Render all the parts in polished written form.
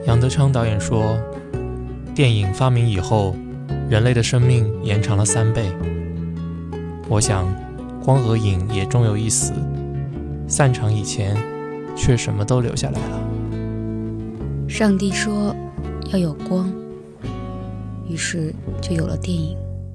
杨德昌导演说，电影发明以后，人类的生命延长了3倍。我想，光和影也终有一死，散场以前，却什么都留下来了。 上帝说要有光，于是就有了电影。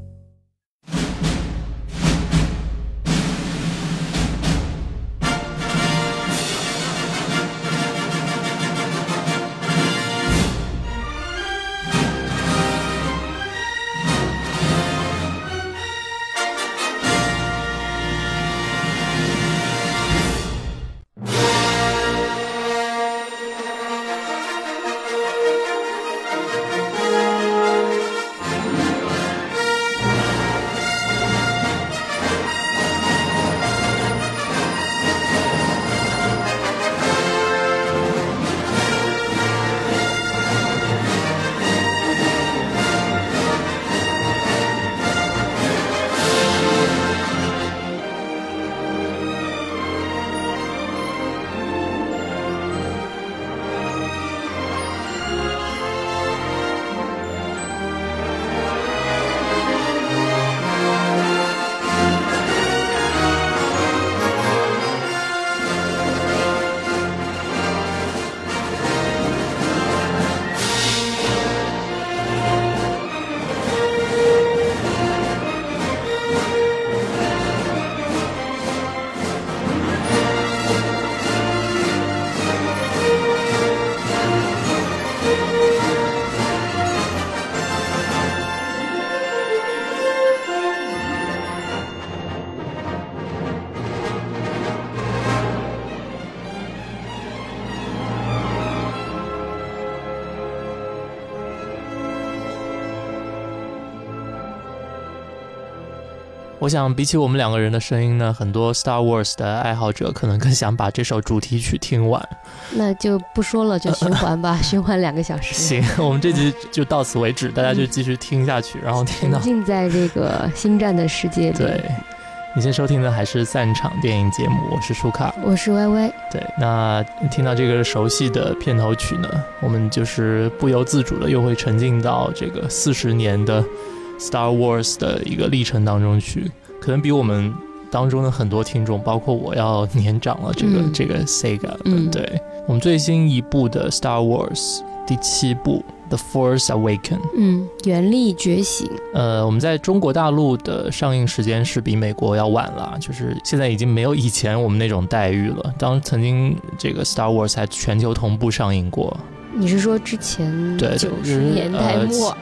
我想比起我们2个人的声音呢，很多 Star Wars 的爱好者可能更想把这首主题曲听完。 那就不说了，就循环吧，循环2个小时。 行，我们这集就到此为止，大家就继续听下去，然后听到沉浸在这个星战的世界里。 对，你现在收听的还是散场电影节目，我是舒卡， 我是歪歪。 对，那听到这个熟悉的片头曲呢，我们就是不由自主的又会沉浸到这个40年的Star Wars 的一个历程当中去，可能比我们当中的很多听众，包括我要年长了这个 Sega。对，我们最新一部的 Star Wars 第7部 The Force Awakens， 原力觉醒。 我们在中国大陆的上映时间是比美国要晚了，就是现在已经没有以前我们那种待遇了。曾经这个 Star Wars 还全球同步上映过。 你是说之前90年代末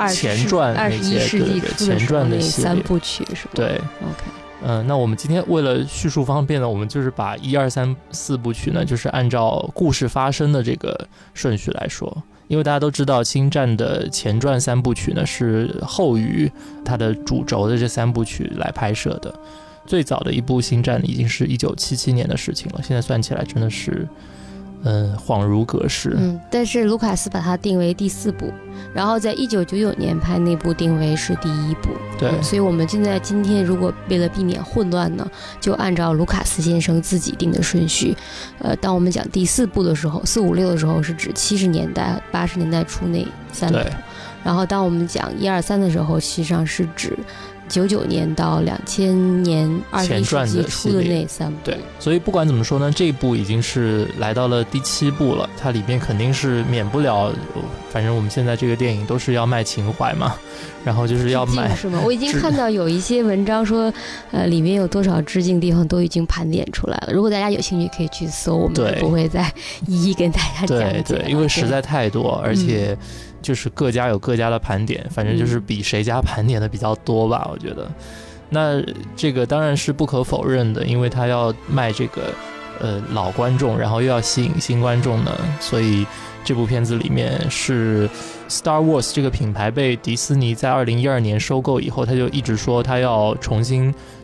21世纪初的时候那3部曲是吧？ 对 ，OK。 那我们今天为了叙述方便呢，我们就是把1、2、3、4部曲呢，就是按照故事发生的这个顺序来说。因为大家都知道，星战的前传3部曲呢是后于它的主轴的这3部曲来拍摄的。最早的一部星战已经是1977年的事情了，现在算起来真的是恍如隔世。 但是卢卡斯把它定为第4部，然后在1999年拍那部定为是第1部。 对， 所以我们今天如果为了避免混乱呢，就按照卢卡斯先生自己定的顺序。当我们讲第4部的时候，4、5、6的时候是指70年代、80年代初那3部。然后当我们讲1、2、3的时候，实际上是指99年到2000年21世纪初的那3部。 对，所以不管怎么说呢，这一部已经是来到了第7部了，它里面肯定是免不了，反正我们现在这个电影都是要卖情怀嘛，然后就是要卖， 是吗？我已经看到有一些文章说，里面有多少致敬地方都已经盘点出来了。如果大家有兴趣，可以去搜，我们不会再一一跟大家讲解。 对，因为实在太多，而且就是各家有各家的盘点，反正就是比谁家盘点的比较多吧，我觉得。那这个当然是不可否认的，因为他要卖这个老观众，然后又要吸引新观众呢，所以这部片子里面是 Star Wars 这个品牌被迪士尼在2012年收购以后，他就一直说他要重新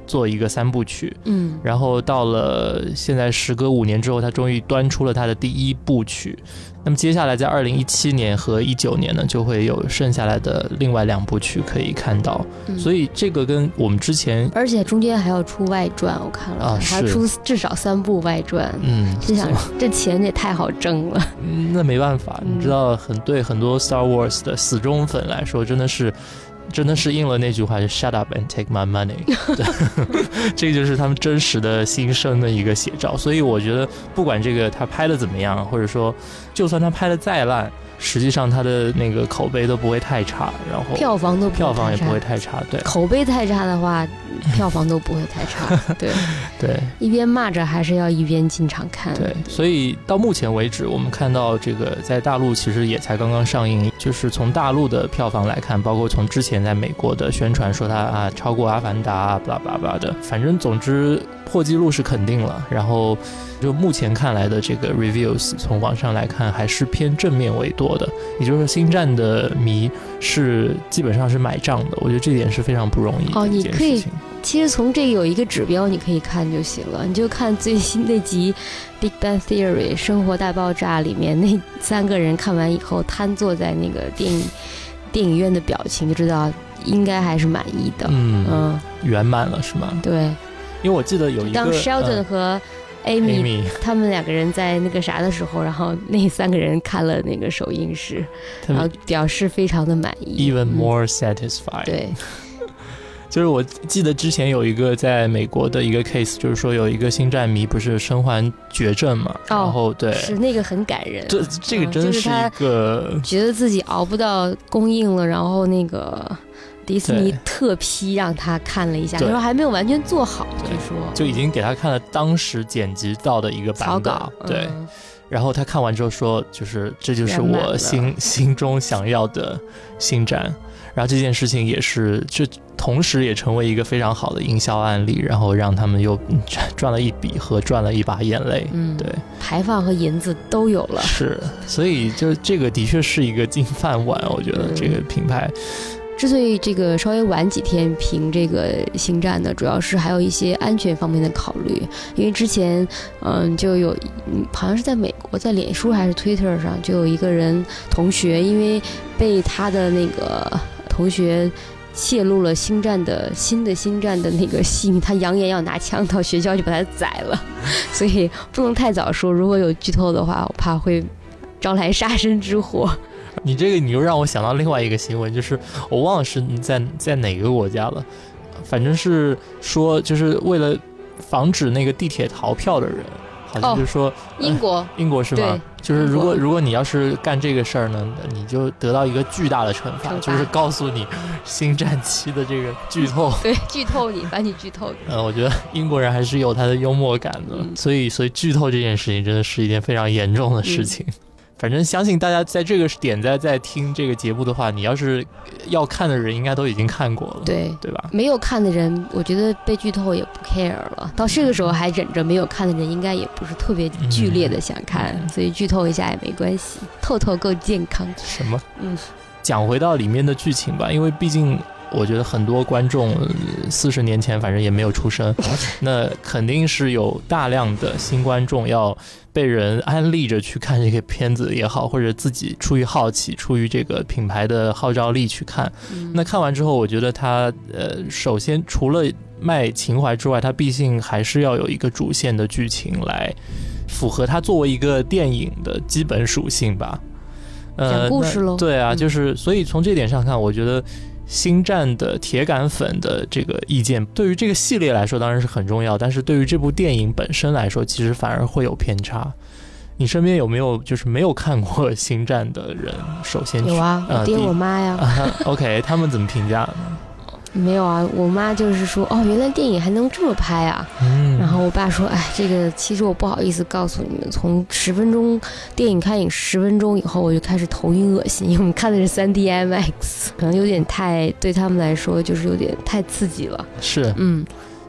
做一个3部曲， 嗯， 然后到了现在时隔5年之后，他终于端出了他的第1部曲。那么接下来在2017年和19年呢，就会有剩下来的另外2部曲可以看到。所以这个跟我们之前， 而且中间还要出外传，我看了，还要出至少3部外传。就想这钱也太好挣了。 那没办法，你知道，对很多 Star Wars 的死忠粉来说，真的是应了那句话，就 Shut up and take my money 这就是他们真实的心声的一个写照。所以我觉得不管这个他拍的怎么样，或者说就算他拍的再烂，实际上他的那个口碑都不会太差，然后票房也不会太差。对， 口碑太差的话，票房都不会太差。对对， 一边骂着还是要一边进场看。 对，所以到目前为止，我们看到这个在大陆其实也才刚刚上映，就是从大陆的票房来看，包括从之前在美国的宣传说它超过《阿凡达》blah blah blah的，反正总之破纪录是肯定了。然后就目前看来的这个 reviews 从网上来看还是偏正面为多的，也就是说星战的迷是基本上是买账的，我觉得这点是非常不容易的一件事情。 其实从这个有一个指标你可以看就行了，你就看最新那集 Big Bang Theory 生活大爆炸里面那3个人看完以后瘫坐在那个电影院的表情，就知道应该还是满意的。 圆满了是吗？对，因为我记得有一个当 Sheldon 和Amy 他们2个人在那个啥的时候，然后那3个人看了那个首映式，然后表示非常的满意 ，even more satisfied。 对。 就是我记得之前有一个在美国的一个 case， 就是说有一个星战迷不是身患绝症嘛，然后对， 是那个很感人。 这个真是一个觉得自己熬不到公映了，然后那个迪士尼特批让他看了一下，那时候还没有完全做好，据说就已经给他看了当时剪辑到的一个版本，对。然后他看完之后说，这就是我心中想要的星战。然后这件事情也是，这同时也成为一个非常好的营销案例，然后让他们又赚了一笔和赚了一把眼泪。对， 排放和银子都有了。 是，所以就这个的确是一个金饭碗，我觉得这个品牌。 之所以这个稍微晚几天评这个星战呢，主要是还有一些安全方面的考虑。因为之前就有好像是在美国，在脸书还是 Twitter 上，就有一个人同学因为被他的那个同学泄露了新的星战的那个戏密，他扬言要拿枪到学校就把他宰了，所以不能太早说，如果有剧透的话，我怕会招来杀身之祸。 你这个你又让我想到另外一个新闻，就是我忘了是在哪个国家了，反正是说就是为了防止那个地铁逃票的人，好像就是说、 英国是吗？就是如果你要是干这个事儿呢，你就得到一个巨大的惩罚，就是告诉你星战7的这个剧透。 对，剧透你，把你剧透。 我觉得英国人还是有他的幽默感的，所以剧透这件事情真的是一件非常严重的事情。反正相信大家在这个点在听这个节目的话，你要是要看的人应该都已经看过了，对吧？没有看的人我觉得被剧透也不 care 了，到这个时候还忍着，没有看的人应该也不是特别剧烈的想看，所以剧透一下也没关系，透够健康。什么？讲回到里面的剧情吧，因为毕竟我觉得很多观众40年前反正也没有出生，那肯定是有大量的新观众要被人安利着去看这个片子也好，或者自己出于好奇，出于这个品牌的号召力去看。那看完之后，我觉得它首先除了卖情怀之外，它毕竟还是要有一个主线的剧情来符合它作为一个电影的基本属性吧。讲故事咯。对啊，就是所以从这点上看，我觉得星战的铁杆粉的这个意见对于这个系列来说当然是很重要，但是对于这部电影本身来说其实反而会有偏差。你身边有没有就是没有看过星战的人首先去？有啊，我爹我妈呀。OK， 他们怎么评价呢？没有啊，我妈就是说原来电影还能这么拍啊。然后我爸说这个其实我不好意思告诉你们，从10分钟电影开影10分钟以后我就开始头晕恶心，因为我们看的是 3D IMAX， 可能有点太对他们来说就是有点太刺激了。是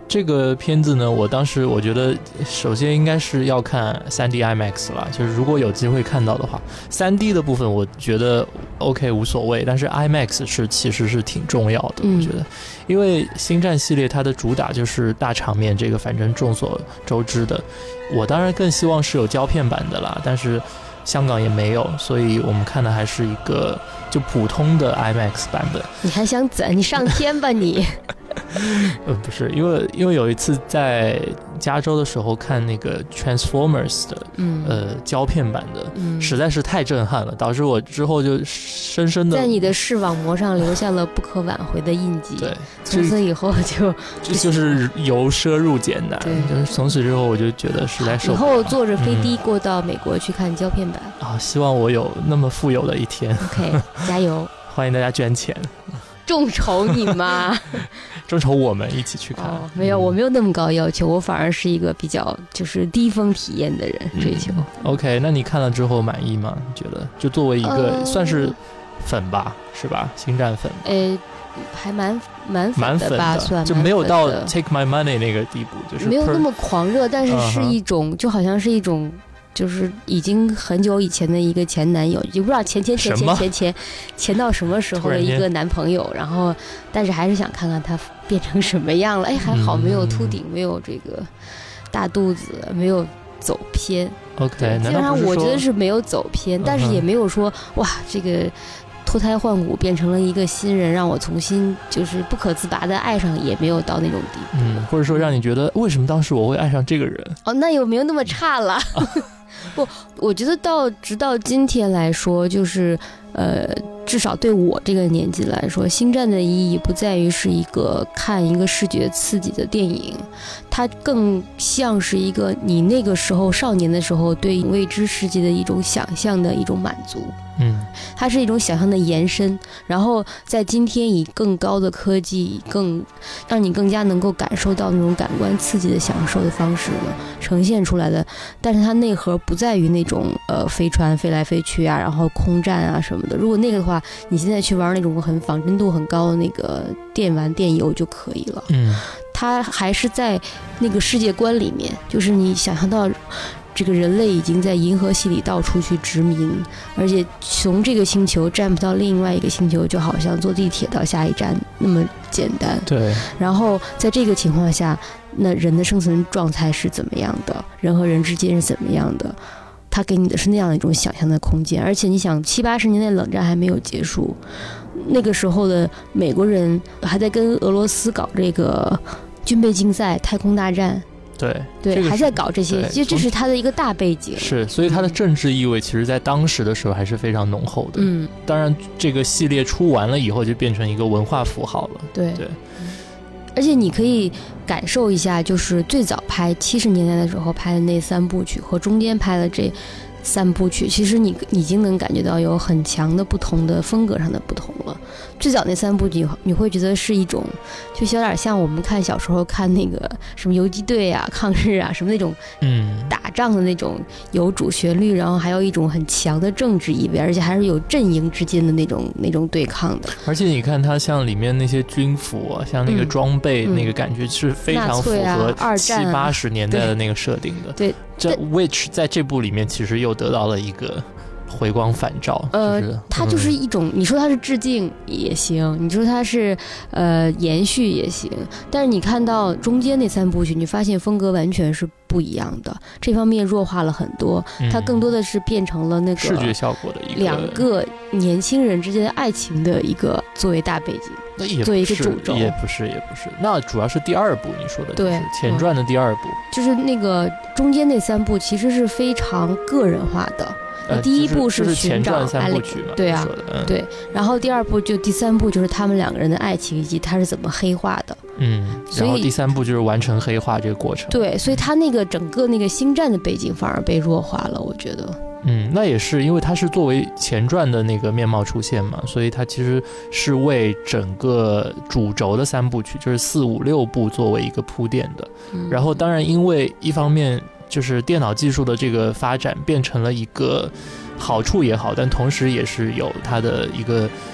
这个片子呢，我当时我觉得首先应该是要看 3D IMAX 了，就是如果有机会看到的话 3D 的部分我觉得 OK 无所谓，但是 IMAX 其实是挺重要的，我觉得因为星战系列它的主打就是大场面，这个反正众所周知的，我当然更希望是有胶片版的啦，但是香港也没有，所以我们看的还是一个就普通的 IMAX 版本。 你还想怎？你上天吧你！ 不是，因为有一次在加州的时候看那个 Transformers 的胶片版的，实在是太震撼了，导致我之后就深深的在你的视网膜上留下了不可挽回的印记。 对， 从此以后就是由奢入俭难，就是从此之后我就觉得实在受不了。 以后坐着飞的过到美国去看胶片版希望我有那么富有的一天。 OK， 加油！ 欢迎大家捐钱。 众筹你吗？ 众筹我们一起去看。 没有，我没有那么高要求，我反而是一个比较就是低峰体验的人追求。 OK， 那你看了之后满意吗？你觉得就作为一个算是粉吧，是吧？星战粉。 还蛮粉的吧，算就没有到 take my money 那个地步，就是没有那么狂热，但是是一种就好像是一种。就是已经很久以前的一个前男友，就不知道前到什么时候的一个男朋友，然后但是还是想看看他变成什么样了。还好没有秃顶，没有这个大肚子，没有走偏。 OK， 基本上我觉得是没有走偏，但是也没有说哇这个脱胎换骨变成了一个新人，让我重新就是不可自拔的爱上，也没有到那种地步。 或者说让你觉得为什么当时我会爱上这个人？ 那有没有那么差了？不，我觉得直到今天来说，就是至少对我这个年纪来说，星战的意义不在于是一个看一个视觉刺激的电影，它更像是一个你那个时候少年的时候对未知世界的一种想象的一种满足。它是一种想象的延伸，然后在今天以更高的科技，让你更加能够感受到那种感官刺激的享受的方式呢呈现出来的。但是它内核不在于那种飞船飞来飞去啊，然后空战啊什么的。如果那个的话，你现在去玩那种很仿真度很高的那个电玩电游就可以了。它还是在那个世界观里面，就是你想象到这个人类已经在银河系里到处去殖民，而且从这个星球占不到另外一个星球，就好像坐地铁到下一站那么简单。 对。 然后在这个情况下，那人的生存状态是怎么样的？人和人之间是怎么样的？他给你的是那样的一种想象的空间。而且你想，70、80年代冷战还没有结束，那个时候的美国人还在跟俄罗斯搞这个军备竞赛、太空大战。对，还在搞这些，其实这是他的一个大背景。 是，所以他的政治意味其实在当时的时候还是非常浓厚的。当然这个系列出完了以后就变成一个文化符号了。对。 而且你可以感受一下，就是最早拍70年代的时候拍的那3部曲和中间拍的这3部曲，其实你已经能感觉到有很强的不同的风格上的不同了。最早那3部曲你会觉得是一种就有点像我们看小时候看那个什么游击队啊、抗日啊什么那种打仗的那种有主旋律，然后还有一种很强的政治意味，而且还是有阵营之间的那种对抗的。 而且你看它像里面那些军服啊，像那个装备那个感觉是非常符合70、80年代的那个设定的。 对， 这 which 在这部里面其实又得到了一个回光返照。 它就是一种，你说它是致敬也行，你说它是延续也行，但是你看到中间那3部曲，你发现风格完全是不一样的，这方面弱化了很多，它更多的是变成了那个视觉效果的一个 2个年轻人之间的爱情的一个作为大背景，作为一个主轴。 也不是，那主要是第2部你说的，对，前传的第2部， 就是那个中间那3部其实是非常个人化的。第1部是寻找 3部曲嘛， 对啊，对，然后第2部就第3部就是他们2个人的爱情以及他是怎么黑化的， 然后第3部就是完成黑化这个过程。 对，所以他那个整个那个星战的背景反而被弱化了，我觉得。 那也是因为它是作为前传的那个面貌出现嘛，所以它其实是为整个主轴的3部曲，就是4、5、6部作为一个铺垫的。然后当然因为一方面就是电脑技术的这个发展变成了一个好处也好，但同时也是有它的一个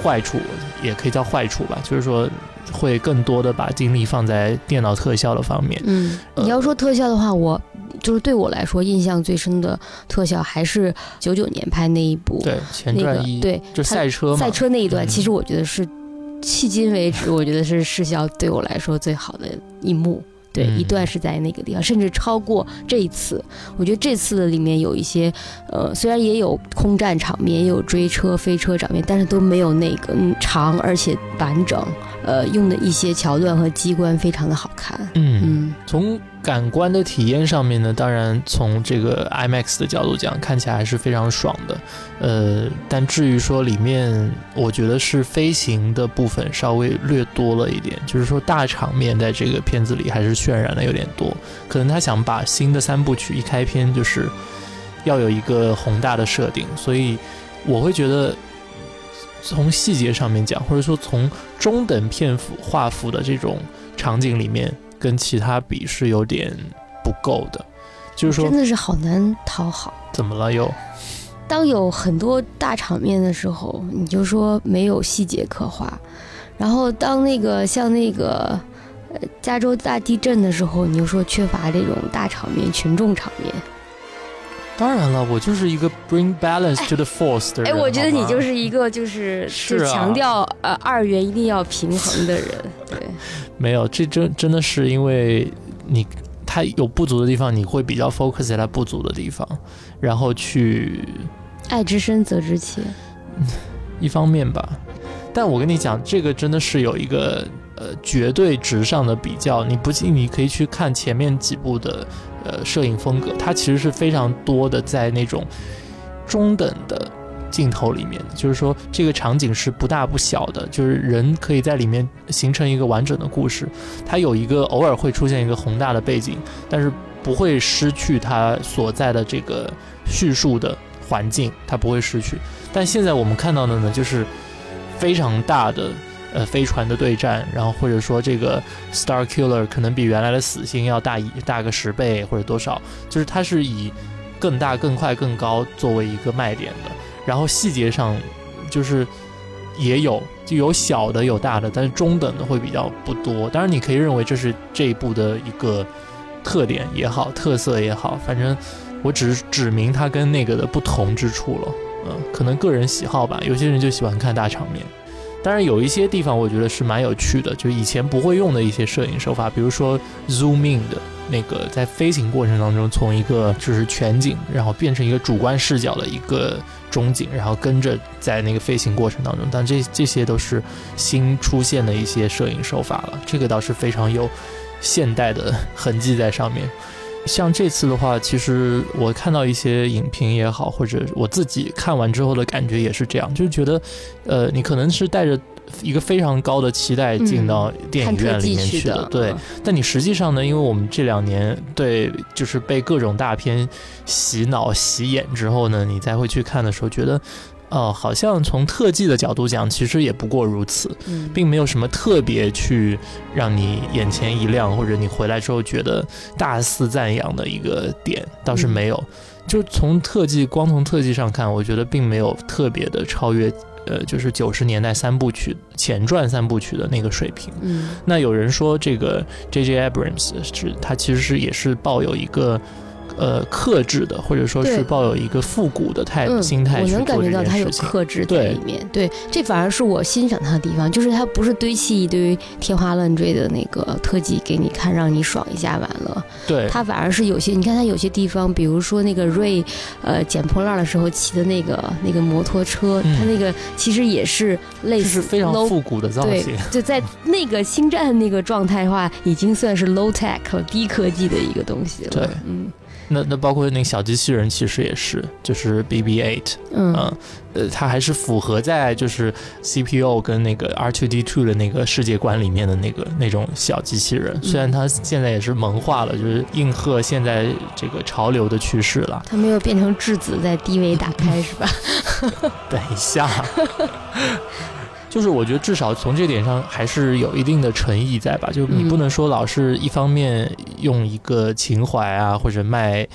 坏处，也可以叫坏处吧，就是说会更多的把精力放在电脑特效的方面。 你要说特效的话，我就是对我来说印象最深的特效还是99年拍那一部， 对，前传一， 对， 就赛车嘛， 赛车那一段，其实我觉得是迄今为止，我觉得是视效对我来说最好的一幕。对，一段是在那个地方，甚至超过这一次。我觉得这次的里面有一些，虽然也有空战场面，也有追车、飞车场面，但是都没有那个长而且完整。用的一些桥段和机关非常的好看。 从感官的体验上面呢，当然从这个 IMAX 的角度讲，看起来还是非常爽的。但至于说里面，我觉得是飞行的部分稍微略多了一点，就是说大场面在这个片子里还是渲染的有点多。可能他想把新的3部曲一开篇就是要有一个宏大的设定，所以我会觉得从细节上面讲，或者说从中等片幅画幅的这种场景里面，跟其他比是有点不够的。就是说真的是好难讨好。 怎么了又？ 当有很多大场面的时候，你就说没有细节刻画，然后当那个像那个加州大地震的时候，你就说缺乏这种大场面、群众场面。 当然了，我就是一个 bring balance to the force 的人。 我觉得你就是一个就强调二元一定要平衡的人。对， 没有，这真的是因为他有不足的地方，你会比较 focus 在他不足的地方，然后去爱之深责之切。 一方面吧，但我跟你讲，这个真的是有一个绝对值上的比较。你不信，你可以去看前面几部的摄影风格，它其实是非常多的在那种中等的镜头里面，就是说这个场景是不大不小的，就是人可以在里面形成一个完整的故事。它有一个偶尔会出现一个宏大的背景，但是不会失去它所在的这个叙述的环境，它不会失去。但现在我们看到的呢，就是非常大的飞船的对战，然后或者说这个 Star Killer 可能比原来的死星要大个10倍或者多少，就是它是以更大、更快、更高作为一个卖点的。然后细节上就是也有，就有小的有大的，但是中等的会比较不多。当然你可以认为这是这一部的一个特点也好，特色也好，反正我只是指明它跟那个的不同之处了。可能个人喜好吧，有些人就喜欢看大场面。当然有一些地方我觉得是蛮有趣的，就是以前不会用的一些摄影手法，比如说 zoom in 的那个在飞行过程当中从一个就是全景然后变成一个主观视角的一个中景，然后跟着在那个飞行过程当中，但这些都是新出现的一些摄影手法了，这个倒是非常有现代的痕迹在上面。像这次的话，其实我看到一些影评也好，或者我自己看完之后的感觉也是这样，就是觉得你可能是带着一个非常高的期待进到电影院里面去的，对。但你实际上呢，因为我们这2年对就是被各种大片洗脑洗眼之后呢，你再会去看的时候觉得好像从特技的角度讲其实也不过如此，并没有什么特别去让你眼前一亮，或者你回来之后觉得大肆赞扬的一个点倒是没有。就从光从特技上看，我觉得并没有特别的超越就是90年代3部曲前传3部曲的那个水平。那有人说这个 J.J. Abrams 他其实也是抱有一个克制的，或者说是抱有一个复古的心态去做这件事情。我能感觉到他有克制在里面。对，这反而是我欣赏他的地方，就是他不是堆砌一堆天花乱坠的那个特技给你看，让你爽一下完了。 对， 他反而是有些，你看他有些地方，比如说那个Ray捡破烂的时候骑的那个摩托车，他那个其实也是类似， 就是非常复古的造型。 对，就在那个星战那个状态的话，已经算是 low tech 了，低科技的一个东西了。 对，那包括那个小机器人其实也是，就是 BB-8，它还是符合在就是 CPO 跟那个 R2-D2 的那个世界观里面的那种小机器人，虽然它现在也是萌化了，就是应和现在这个潮流的趋势了。 它没有变成质子在低维打开是吧？ 等一下。就是我觉得至少从这点上还是有一定的诚意在吧，就你不能说老是一方面用一个情怀啊，或者卖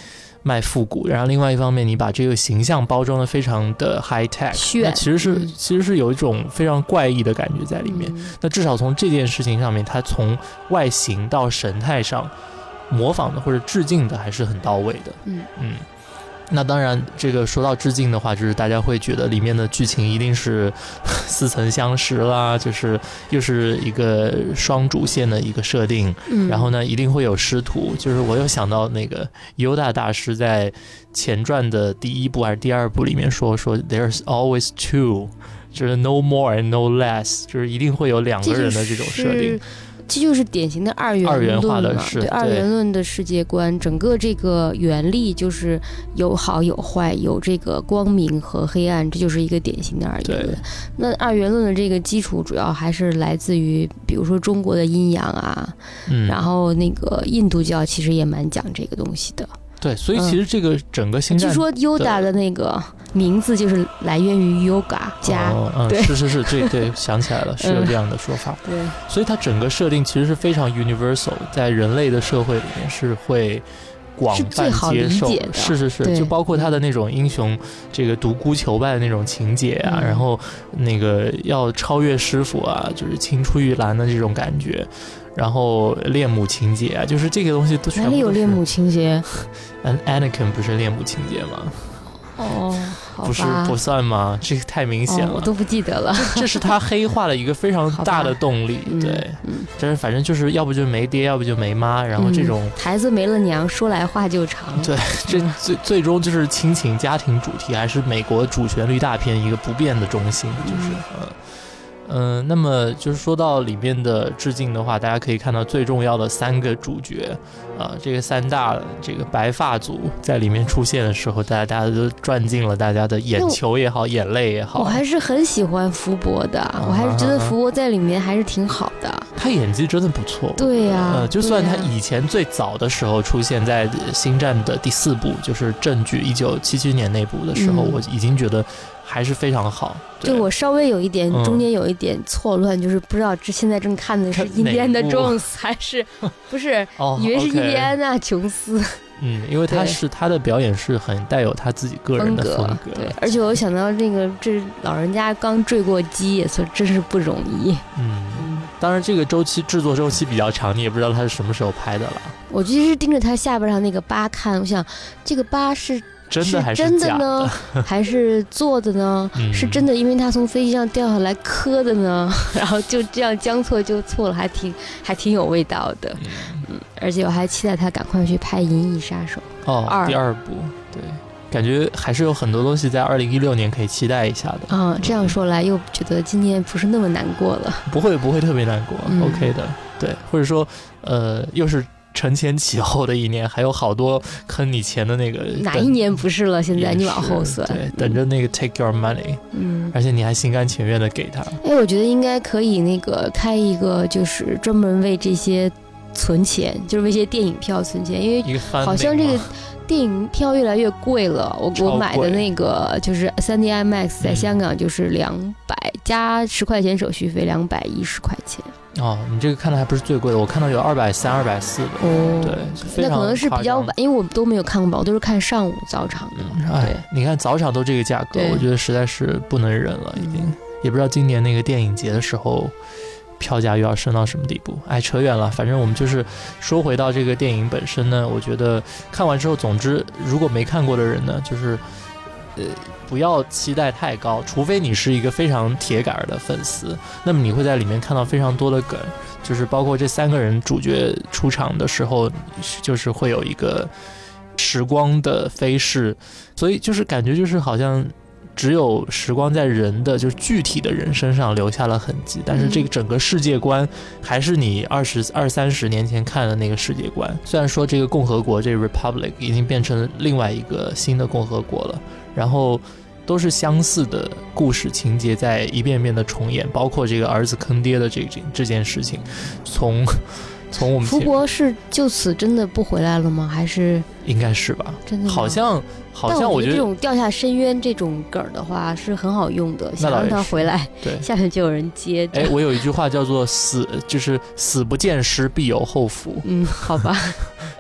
卖复古，然后另外一方面你把这个形象包装的非常的 high tech， 那其实是有一种非常怪异的感觉在里面。那至少从这件事情上面，它从外形到神态上模仿的或者致敬的还是很到位的。那当然这个说到致敬的话，就是大家会觉得里面的剧情一定是似曾相识啦，就是又是一个双主线的一个设定，然后呢一定会有师徒，就是我又想到那个尤达大师在前传的第1部还是第2部里面说 there's always two， 就是 no more and no less， 就是一定会有2个人的这种设定。 这就是典型的二元论嘛，对，二元论的世界观，整个这个原力就是有好有坏，有这个光明和黑暗，这就是一个典型的二元论。那二元论的这个基础主要还是来自于比如说中国的阴阳啊，然后那个印度教其实也蛮讲这个东西的。 对，所以其实这个整个星战， 据说 Yoda 的那个名字就是来源于 Yoga 加，对， 是，对，想起来了，是有这样的说法。 对， 所以它整个设定其实是非常 universal， 在人类的社会里面是会广泛接受的，是，就包括他的那种英雄这个独孤求败的那种情节啊，然后那个要超越师傅啊，就是青出于蓝的这种感觉。然后恋母情节啊，就是这个东西都全部都是。哪里有恋母情节 ？Anakin 不是恋母情节吗？ 哦，好吧， 不是不算吗？这个太明显了， 我都不记得了。 这是他黑化的一个非常大的动力，对，但是反正就是要不就没爹，要不就没妈，然后这种孩子没了娘，说来话就长。 对，这最终就是亲情家庭主题，还是美国主旋律大片一个不变的中心，就是那么就是说到里面的致敬的话，大家可以看到最重要的3个主角，这个3大这个白发族在里面出现的时候，大家都赚进了大家的眼球也好，眼泪也好。 我还是很喜欢福伯的，我还是觉得福伯在里面还是挺好的。 他演技真的不错。 对呀， 就算他以前最早的时候出现在星战的第4部，就是正剧1977年那部的时候，我已经觉得还是非常好。 对，我稍微有一点中间有一点错乱，就是不知道现在正看的是印第安的 Jones 还是不是，以为是印第安纳琼斯。 因为他的表演是很带有他自己个人的风格。 对，而且我想到这老人家刚坠过机，也算真是不容易。 当然这个制作周期比较长，你也不知道他是什么时候拍的了。 我就是盯着他下巴上那个疤看，我想这个疤是真的还是真的呢，还是做的呢？是真的，因为他从飞机上掉下来磕的呢。然后就这样将错就错了，还挺有味道的。而且我还期待他赶快去拍《银翼杀手》 第2部。对，感觉还是有很多东西在2016年可以期待一下的。 这样说来又觉得今年不是那么难过了。 不会特别难过，OK 的。对，或者说又是承前启后的一年，还有好多坑你钱的那个。 哪一年不是了？现在你往后算。 对，等着那个 take your money。而且你还心甘情愿的给他。 我觉得应该可以开一个，就是专门为这些存钱，就是为这些电影票存钱，因为好像这个电影票越来越贵了。我买的那个就是 3D IMAX 在香港就是200加10块钱手续费，210块钱。 你这个看的还不是最贵的，我看到有230、240的。对， 那可能是比较晚，因为我都没有看过吧，我都是看上午早场的。对， 你看早场都这个价格，我觉得实在是不能忍了，已经。也不知道今年那个电影节的时候票价又要升到什么地步。扯远了，反正我们就是说回到这个电影本身呢，我觉得看完之后，总之如果没看过的人呢，就是不要期待太高，除非你是一个非常铁杆的粉丝，那么你会在里面看到非常多的梗，就是包括这3个人主角出场的时候，就是会有一个时光的飞逝，所以就是感觉就是好像只有时光在人的就是具体的人身上留下了痕迹，但是这个整个世界观还是你20-30年前看的那个世界观。虽然说这个共和国这个 Republic 已经变成另外一个新的共和国了，然后都是相似的故事情节在一遍遍的重演，包括这个儿子坑爹的这件事情。从我们福伯是就此真的不回来了吗？还是应该是吧？ 真的好像我觉得这种掉下深渊这种梗的话是很好用的，想让他回来， 对， 下面就有人接着。 我有一句话叫做死不见尸必有后福。 好吧。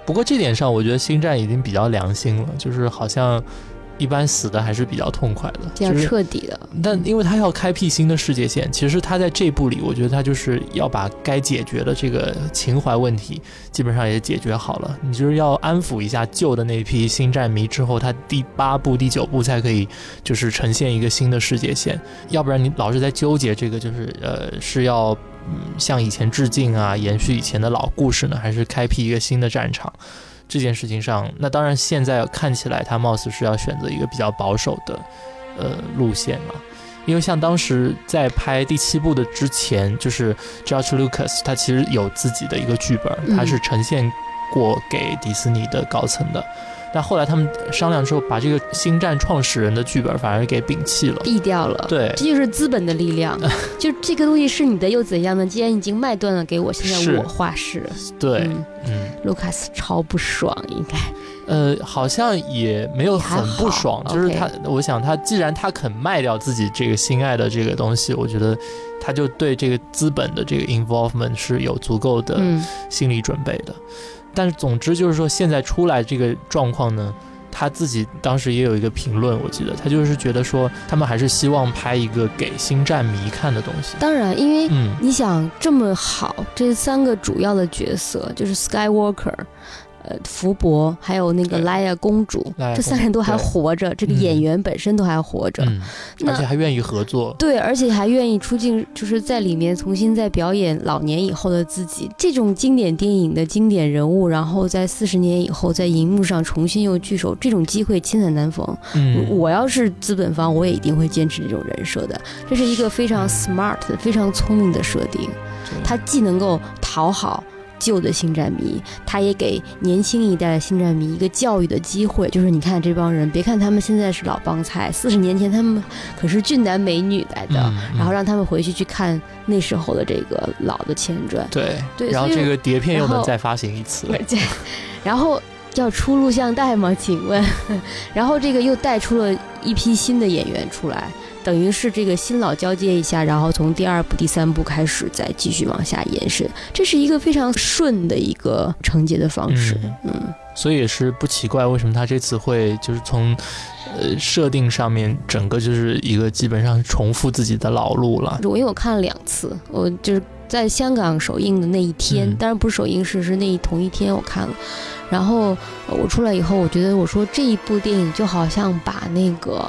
不过这点上我觉得星战已经比较良心了，就是好像一般死的还是比较痛快的， 比较彻底的。 但因为他要开辟新的世界线，其实他在这部里我觉得他就是要把该解决的这个情怀问题基本上也解决好了，你就是要安抚一下旧的那批星战迷之后，他第8部第9部才可以就是呈现一个新的世界线，要不然你老是在纠结这个就是是要向以前致敬啊，延续以前的老故事呢，还是开辟一个新的战场，这件事情上，那当然现在看起来他貌似是要选择一个比较保守的路线了，因为像当时在拍第7部的之前，就是 George Lucas 他其实有自己的一个剧本，他是呈现过给迪士尼的高层的，但后来他们商量之后，把这个星战创始人的剧本反而给摒弃了， 毙掉了。 对， 这就是资本的力量。就这个东西是你的又怎样呢？既然已经卖断了给我，现在我话事。 对， 卢卡斯超不爽，应该。 好像也没有很不爽，就是他，我想他既然他肯卖掉自己这个心爱的这个东西，我觉得他就对这个资本的这个 involvement 是有足够的心理准备的。但是总之就是说，现在出来这个状况呢，他自己当时也有一个评论，我记得他就是觉得说，他们还是希望拍一个给星战迷看的东西。 当然，因为你想这么好，这3个主要的角色就是 Skywalker。福伯还有那个莱娅公主，这3人都还活着，这个演员本身都还活着， 而且还愿意合作。 对，而且还愿意出镜，就是在里面重新再表演老年以后的自己。这种经典电影的经典人物，然后在40年以后在荧幕上重新又聚首，这种机会千载难逢。我要是资本方，我也一定会坚持这种人设的。这是一个非常 smart 的、非常聪明的设定，它既能够讨好旧的星战迷，他也给年轻一代的星战迷一个教育的机会，就是你看这帮人，别看他们现在是老帮菜，40年前他们可是俊男美女来的，然后让他们回去看那时候的这个老的前传， 对，然后这个碟片又能再发行一次， 然后要出录像带吗？请问，然后这个又带出了一批新的演员出来。等于是这个新老交接一下，然后从第2部、第3部开始再继续往下延伸，这是一个非常顺的一个承接的方式。 所以也是不奇怪为什么他这次会就是从设定上面整个就是一个基本上重复自己的老路了。 因为我看了2次，我就是在香港首映的那一天，当然不是首映式，是同一天我看了。然后我出来以后，我觉得我说这一部电影就好像把那个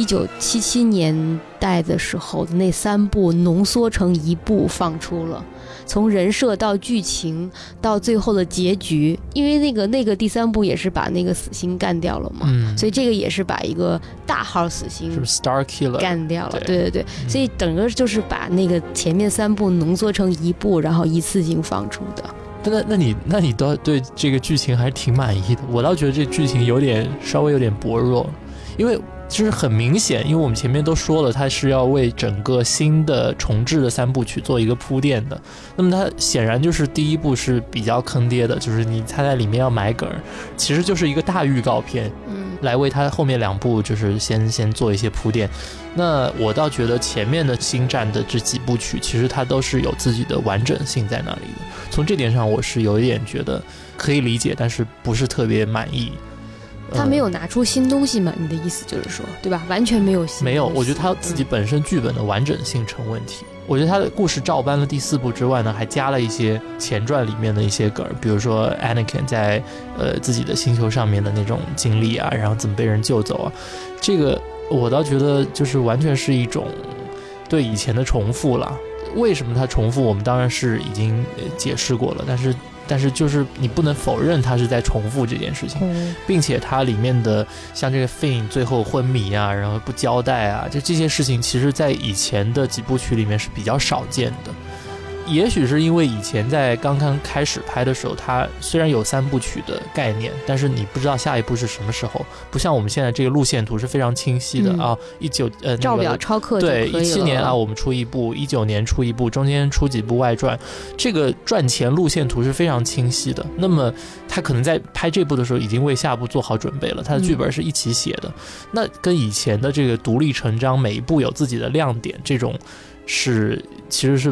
1977年代的时候的那3部浓缩成1部放出了，从人设到剧情到最后的结局，因为那个第3部也是把那个死星干掉了嘛，所以这个也是把一个大号死星是 Star Killer 干掉了，对，所以整个就是把那个前面3部浓缩成1部，然后一次性放出的。 那你倒对这个剧情还是挺满意的，我倒觉得这剧情稍微有点薄弱，因为就是很明显，因为我们前面都说了，它是要为整个新的重制的3部曲做一个铺垫的。那么它显然就是第1部是比较坑爹的，就是它在里面要埋梗，其实就是一个大预告片，来为它后面2部就是先做一些铺垫。那我倒觉得前面的星战的这几部曲，其实它都是有自己的完整性在那里的。从这点上，我是有一点觉得可以理解，但是不是特别满意。 他没有拿出新东西吗？你的意思就是说，对吧？完全没有新东西。 没有，我觉得他自己本身剧本的完整性成问题。我觉得他的故事照搬了第4部之外呢，还加了一些前传里面的一些梗，比如说 Anakin 在自己的星球上面的那种经历啊，然后怎么被人救走啊，这个我倒觉得就是完全是一种对以前的重复了。为什么它重复，我们当然是已经解释过了，但是就是你不能否认它是在重复这件事情，并且它里面的像这个 Finn 最后昏迷啊，然后不交代啊，这些事情其实在以前的几部曲里面是比较少见的。也许是因为以前在刚刚开始拍的时候，它虽然有3部曲的概念，但是你不知道下一步是什么时候，不像我们现在这个路线图是非常清晰的啊。 照表抄课就可以了。 对，17年啊我们出1部，19年出1部，中间出几部外传，这个赚钱路线图是非常清晰的。那么他可能在拍这部的时候已经为下部做好准备了，他的剧本是一起写的。那跟以前的这个独立成章，每一部有自己的亮点，这种其实是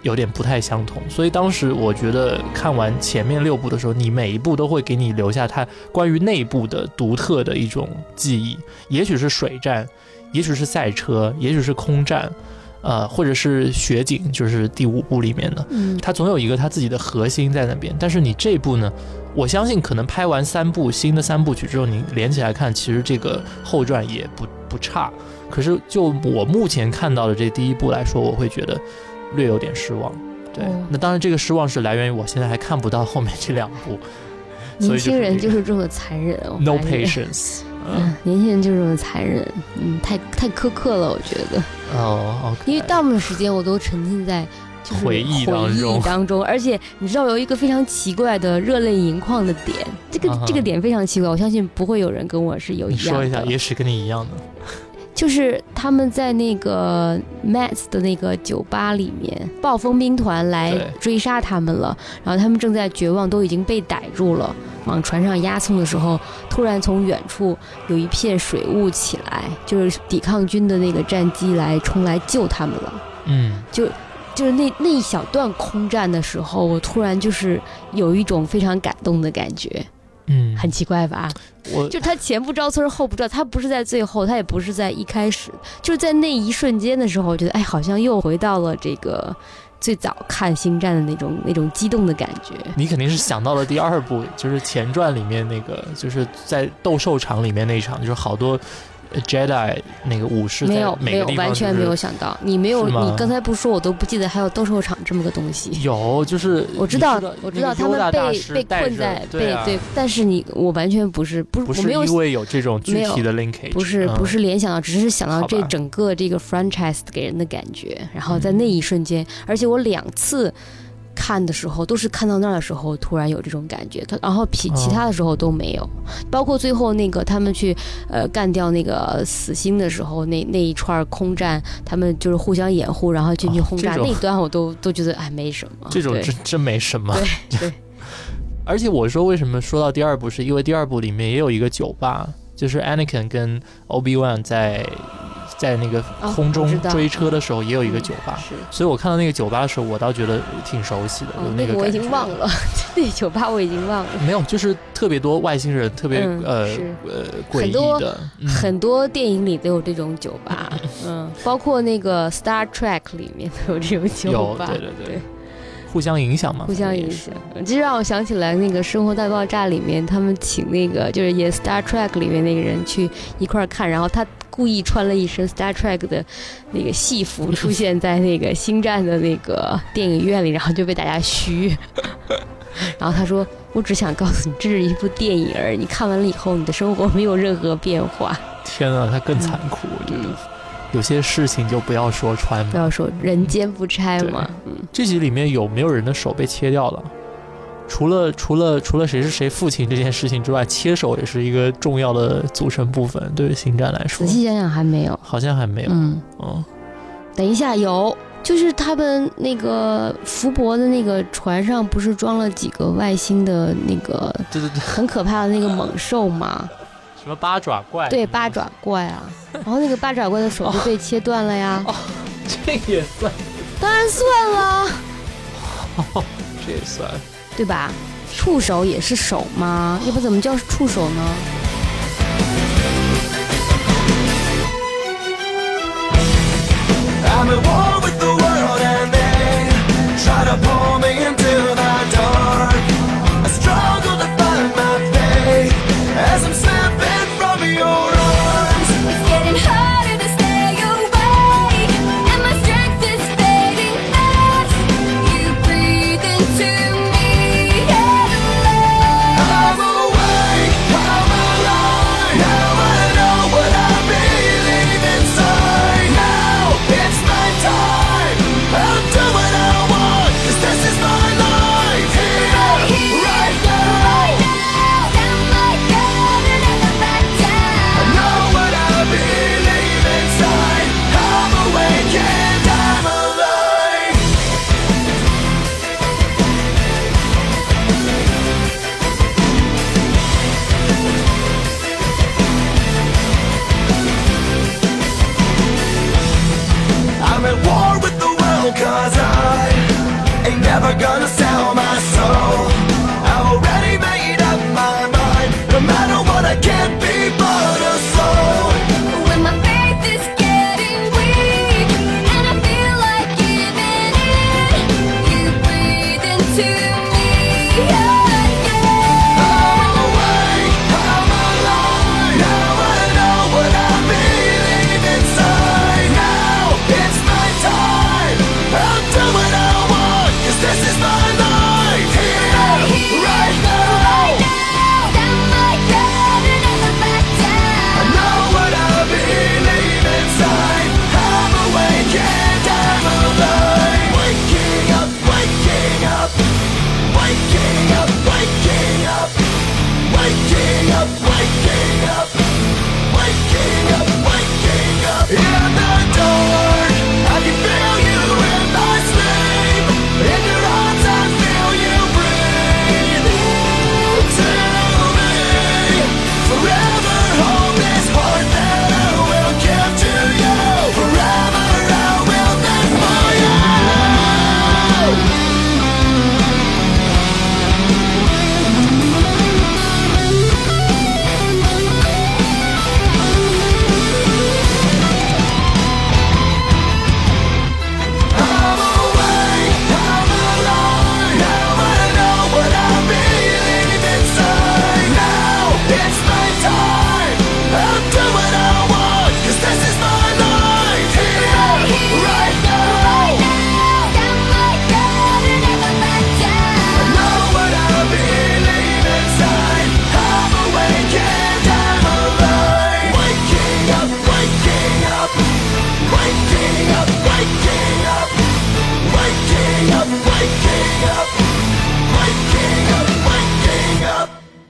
有点不太相同。所以当时我觉得看完前面6部的时候，你每一部都会给你留下它关于内部的独特的一种记忆，也许是水战，也许是赛车，也许是空战，或者是雪景，就是第5部里面的，它总有一个它自己的核心在那边。但是你这部呢，我相信可能拍完新的3部曲之后，你连起来看，其实这个后传也不差。可是就我目前看到的这第1部来说，我会觉得略有点失望。对，那当然这个失望是来源于我现在还看不到后面这2部。 年轻人就是这么残忍 ，No patience。 年轻人就这么残忍，太苛刻了，我觉得。 OK。 因为大部分时间我都沉浸在回忆当中， 而且你知道有一个非常奇怪的热泪盈眶的点，这个点非常奇怪，我相信不会有人跟我是有一样的。 你说一下，也许跟你一样的。 就是他们在那个 Mets 的那个酒吧里面，暴风兵团来追杀他们了，然后他们正在绝望，都已经被逮住了，往船上押送的时候，突然从远处有一片水雾起来，就是抵抗军的那个战机冲来救他们了。就是那一小段空战的时候，我突然就是有一种非常感动的感觉。很奇怪吧？就他前不着村后不着，他不是在最后，他也不是在一开始，就是在那一瞬间的时候，我觉得好像又回到了这个最早看星战的那种激动的感觉。 你肯定是想到了第2部，就是前传里面那个，就是在斗兽场里面那一场，就是好多Jedi 那个武士在每个地方、 完全没有想到，你刚才不说我都不记得还有斗兽场这么个东西。 有，就是我知道他们被困在对，但是我完全不是我没有因为有这种具体的 linkage， 不是联想到，只是想到这整个这个 franchise 给人的感觉，然后在那一瞬间，而且我2次看的时候都是看到那儿的时候突然有这种感觉，然后其他的时候都没有，包括最后那个他们去干掉那个死星的时候，那一串空战，他们就是互相掩护，然后进去轰炸，那一段我都觉得没什么， 这种真没什么。 对。 而且我说为什么说到第2部，是因为第2部里面也有一个酒吧，就是 Anakin 跟 Obi-Wan 在那个空中追车的时候也有一个酒吧，所以我看到那个酒吧的时候，我倒觉得挺熟悉的。 那个我已经忘了，那酒吧我已经忘了。 没有，就是特别多外星人，特别诡异的， 很多电影里都有这种酒吧，包括那个 Star Trek 里面都有这种酒吧， 对。互相影响嘛， 互相影响。这让我想起来那个《生活大爆炸》里面，他们请那个就是演 Star Trek 里面那个人去一块看，然后他故意穿了一身 Star Trek 的那个戏服出现在那个星战的那个电影院里，然后就被大家嘘。然后他说：“我只想告诉你，这是一部电影儿，你看完了以后，你的生活没有任何变化。” 天啊，他更残酷，我觉得。有些事情就不要说穿嘛， 不要说人间不拆嘛。 这集里面有没有人的手被切掉了？除了谁是谁父亲这件事情之外，切手也是一个重要的组成部分，对于星战来说。 仔细想想还没有， 好像还没有。 等一下有，就是他们那个福伯的那个船上不是装了几个外星的那个， 对， 很可怕的那个猛兽吗？ 什么八爪怪？ 对，八爪怪啊！然后那个八爪怪的手就被切断了呀。 这也算？ 当然算了。 这也算， 对吧？触手也是手吗？要不怎么叫触手呢？I'm at war with the world and they try to pull me into the dark. I struggle to find my faith as I'm slipping from your arms. It's getting harder to stay awake and my strength is fading fast. You breathe into me and I'm awake, I'm alive. Now I know what I believe inside. Now it's my time, I'll do what I want, 'cause this is my life. Here, right now, am I gonna never back down? I know what I believe inside. I'm awake and I'm alive. I'm at war with the world 'cause I never gonna sell my soul. I've already made up my mind. No matter what, I can't be but a soul. When my faith is getting weak and I feel like giving in, you breathe into me. Yeah, yeah. I'm awake, I'm alive. Now I know what I believe inside. Now it's my time. I'll do what I want, 'cause this is my life. Here, right now. Stand my ground and never back I down. know what I believe inside. I'm awake and I'm alive. Waking up, waking up. Waking up, waking up. Waking up, waking up. Waking up, waking up. In the dark, I can feel you in my sleep. In your arms, I feel you breathe into me. Forever hold this heart that I will give to you. Forever I will live for you. I'm awake, I'm alive. Now I know what I believe inside. Now it's my time. I'll do what I want, 'cause this is my life. Here, right now. Stand my ground and never back I down. know what I believe inside. I'm awake and I'm alive. Waking up, waking up. Waking up, waking up. Waking up, waking up. Waking up, waking up.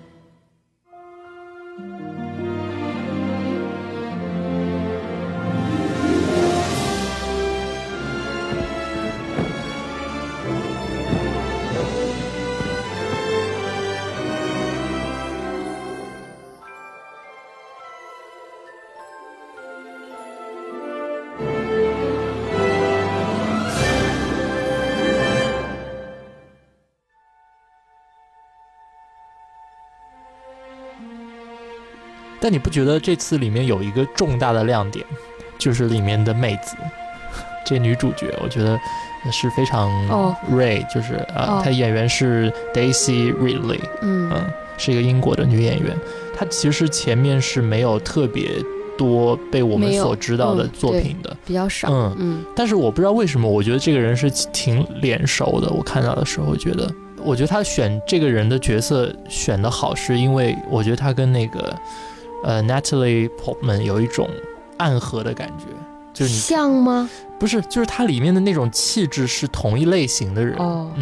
但你不觉得这次里面有一个重大的亮点，就是里面的妹子，这女主角，我觉得是非常哦 Ray，就是她演员是 Daisy Ridley，是一个英国的女演员。她其实前面是没有特别多被我们没有所知道的作品的， 比较少。 但是我不知道为什么，我觉得这个人是挺脸熟的。我看到的时候觉得，我觉得他选这个人的角色选得好，是因为我觉得他跟那个Natalie Portman 有一种暗合的感觉，就是你像吗？ 不是，就是他里面的那种气质是同一类型的人。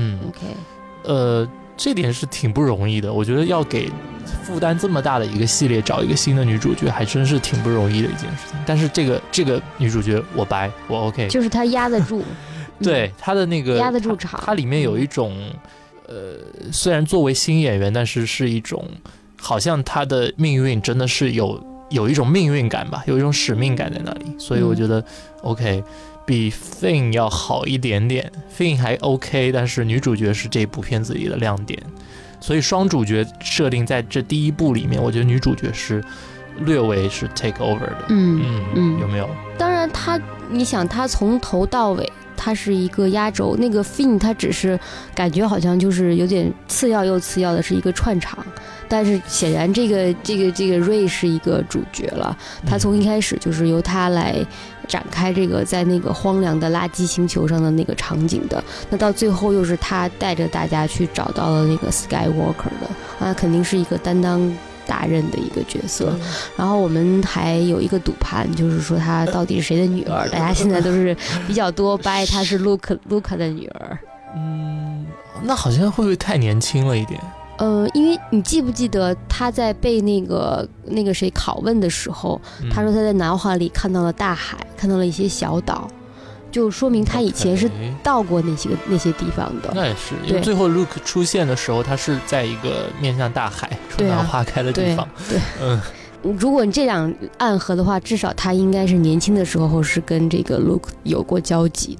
OK， 这点是挺不容易的。我觉得要给负担这么大的一个系列找一个新的女主角，还真是挺不容易的一件事情。但是这个女主角我掰，我 OK， 就是她压得住。 对她的那个压得住场， 她里面有一种虽然作为新演员，但是是一种好像她的命运真的是有一种命运感吧，有一种使命感在那里。所以我觉得 OK，比 Finn 要好一点点。Finn 还 OK， 但是女主角是这部片子里的亮点。所以双主角设定在这第一部里面，我觉得女主角是略微是 take over 的。有没有？ 当然你想他从头到尾他是一个压轴，那个 Finn 他只是感觉好像就是有点次要又次要的是一个串场，但是显然这个 Ray 是一个主角了，他从一开始就是由他来展开这个在那个荒凉的垃圾星球上的那个场景的，那到最后又是他带着大家去找到了那个 Skywalker 的，那肯定是一个担当大任的一个角色。然后我们还有一个赌盘，就是说她到底是谁的女儿，大家现在都是比较多掰她是 Luke 的女儿。 那好像会不会太年轻了一点？ 因为你记不记得他在被那个谁拷问的时候，他说他在脑海里看到了大海，看到了一些小岛，就说明他以前是到过那些地方的。 那也是，因为最后 Luke 出现的时候，他是在一个面向大海、春暖花开的地方。 对，如果你这样暗合的话，至少他应该是年轻的时候是跟这个 Luke 有过交集。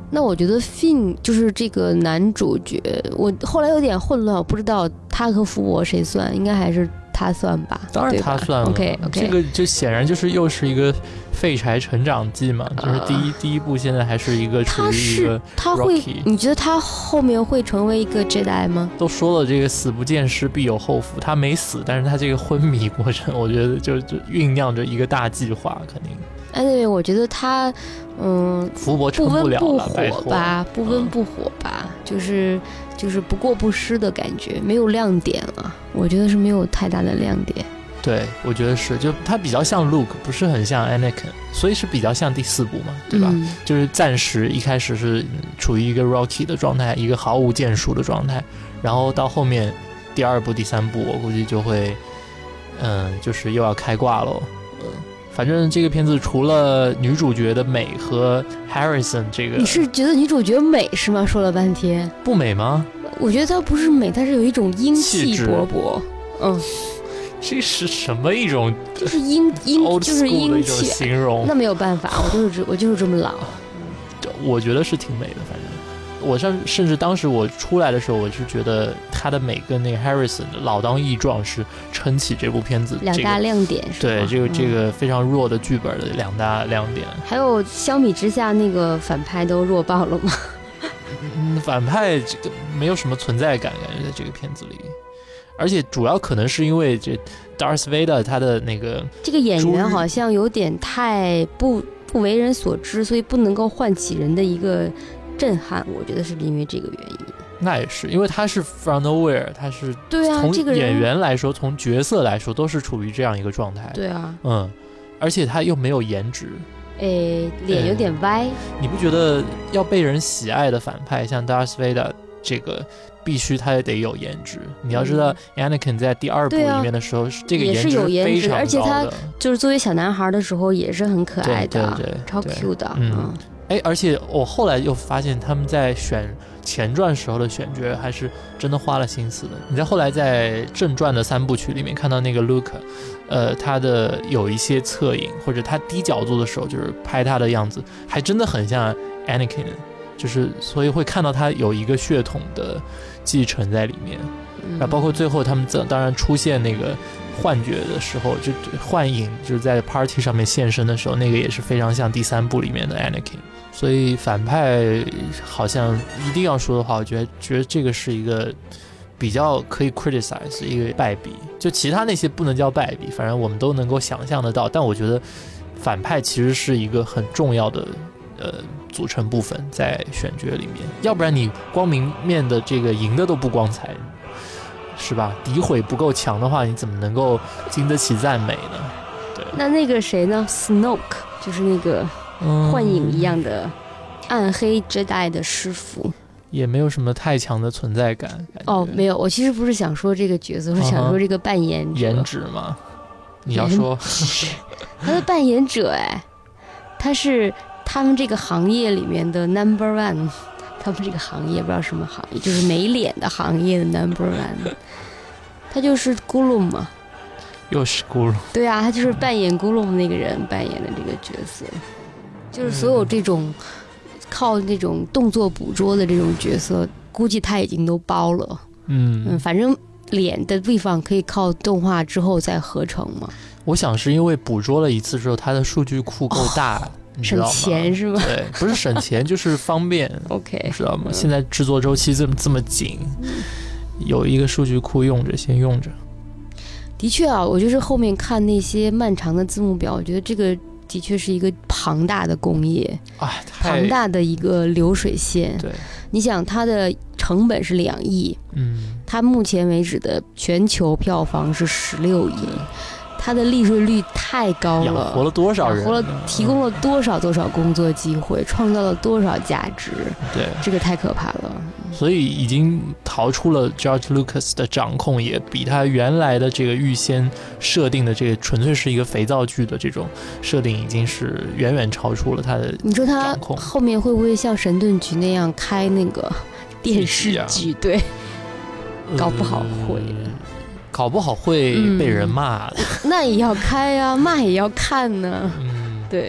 那我觉得 Finn 就是这个男主角，我后来有点混乱，我不知道他和福伯谁算，应该还是他算吧？ 当然他算了。 OK， 这个就显然就是又是一个废柴成长记嘛，就是第一部现在还是一个处于一个 Rocky。 他会，你觉得他后面会成为一个 Jedi 吗？ 都说了这个死不见尸必有后福，他没死，但是他这个昏迷过程，我觉得就酝酿着一个大计划，肯定。 对，我觉得他， 福伯成不了了，拜托， 不温不火吧，就是不过不失的感觉，没有亮点了，我觉得是没有太大的亮点。 对，我觉得是，就他比较像 Luke， 不是很像 Anakin， 所以是比较像第4部嘛，对吧？就是暂时一开始是处于一个 Rocky 的状态，一个毫无建树的状态，然后到后面第2部、第3部，我估计就会，就是又要开挂喽。反正这个片子除了女主角的美和 Harrison 这个， 你是觉得女主角美是吗？说了半天， 不美吗？ 我觉得她不是美，她是有一种英气勃勃。 这是什么一种？ 就是英就是英气形容。 那没有办法，我就是这么老。 我觉得是挺美的，反正我甚至当时我出来的时候，我是觉得她的美跟那个 Harrison 老当益壮，是撑起这部片子两大亮点。 对，这个非常弱的剧本的两大亮点。 还有相比之下，那个反派都弱爆了吗？ 反派这个没有什么存在感，感觉在这个片子里。而且主要可能是因为这 Darth Vader 他的那个这个演员好像有点太不为人所知，所以不能够唤起人的一个震撼，我觉得是因为这个原因。 那也是因为他是 from nowhere， 他是对啊， 从演员来说，从角色来说都是处于这样一个状态。 对啊， 而且他又没有颜值， 脸有点歪。 你不觉得要被人喜爱的反派像 Darth Vader 这个必须他也得有颜值？你要知道 Anakin 在第2部里面的时候，这个颜值非常高的， 而且他就是作为小男孩的时候也是很可爱的， 对， 超 Q 的。 而且我后来又发现他们在选前传时候的选角还是真的花了心思的。你在后来在正传的3部曲里面看到那个 Luke，他的有一些侧影或者他低角度的时候，就是拍他的样子，还真的很像 Anakin， 就是所以会看到他有一个血统的继承在里面。然后包括最后他们当然出现那个幻觉的时候，就幻影就是在 party 上面现身的时候，那个也是非常像第3部里面的 Anakin。所以反派好像一定要说的话，我觉得这个是一个比较可以 criticize 一个败笔，就其他那些不能叫败笔，反正我们都能够想象得到。但我觉得反派其实是一个很重要的组成部分在选角里面，要不然你光明面的这个赢的都不光彩，是吧？诋毁不够强的话，你怎么能够经得起赞美呢？对， 那个谁呢 ？Snoke 就是那个幻影一样的暗黑 Jedi 的师傅， 也没有什么太强的存在感。 没有，我其实不是想说这个角色，我是想说这个扮演者。 颜值吗？你要说他的扮演者，他是他们这个行业里面的 No.1， 他们这个行业不知道什么行业，就是没脸的行业的 No.1， 他就是咕噜嘛。 又是咕噜。对啊，他就是扮演咕噜那个人扮演的这个角色，就是所有这种靠那种动作捕捉的这种角色，估计他已经都包了。反正脸的地方可以靠动画之后再合成嘛。 我想是因为捕捉了一次之后，它的数据库够大，你知道吗？ 省钱是吗？ 对，不是省钱就是方便。 OK， 知道吗？现在制作周期这么紧，有一个数据库用着，先用着。 的确啊，我就是后面看那些漫长的字幕表，我觉得这个的确是一个庞大的工业，庞大的一个流水线。 对， 你想它的成本是2亿，它目前为止的全球票房是16亿，它的利润率太高了， 养活了多少人？ 提供了多少工作机会，创造了多少价值？ 对， 这个太可怕了。 所以已经逃出了 George Lucas 的掌控，也比他原来的这个预先设定的这个纯粹是一个肥皂剧的这种设定，已经是远远超出了他的掌控。 你说他后面会不会像神盾局那样开那个电视剧？对，搞不好会。 搞不好会被人骂的， 那也要开啊，骂也要看呢。对，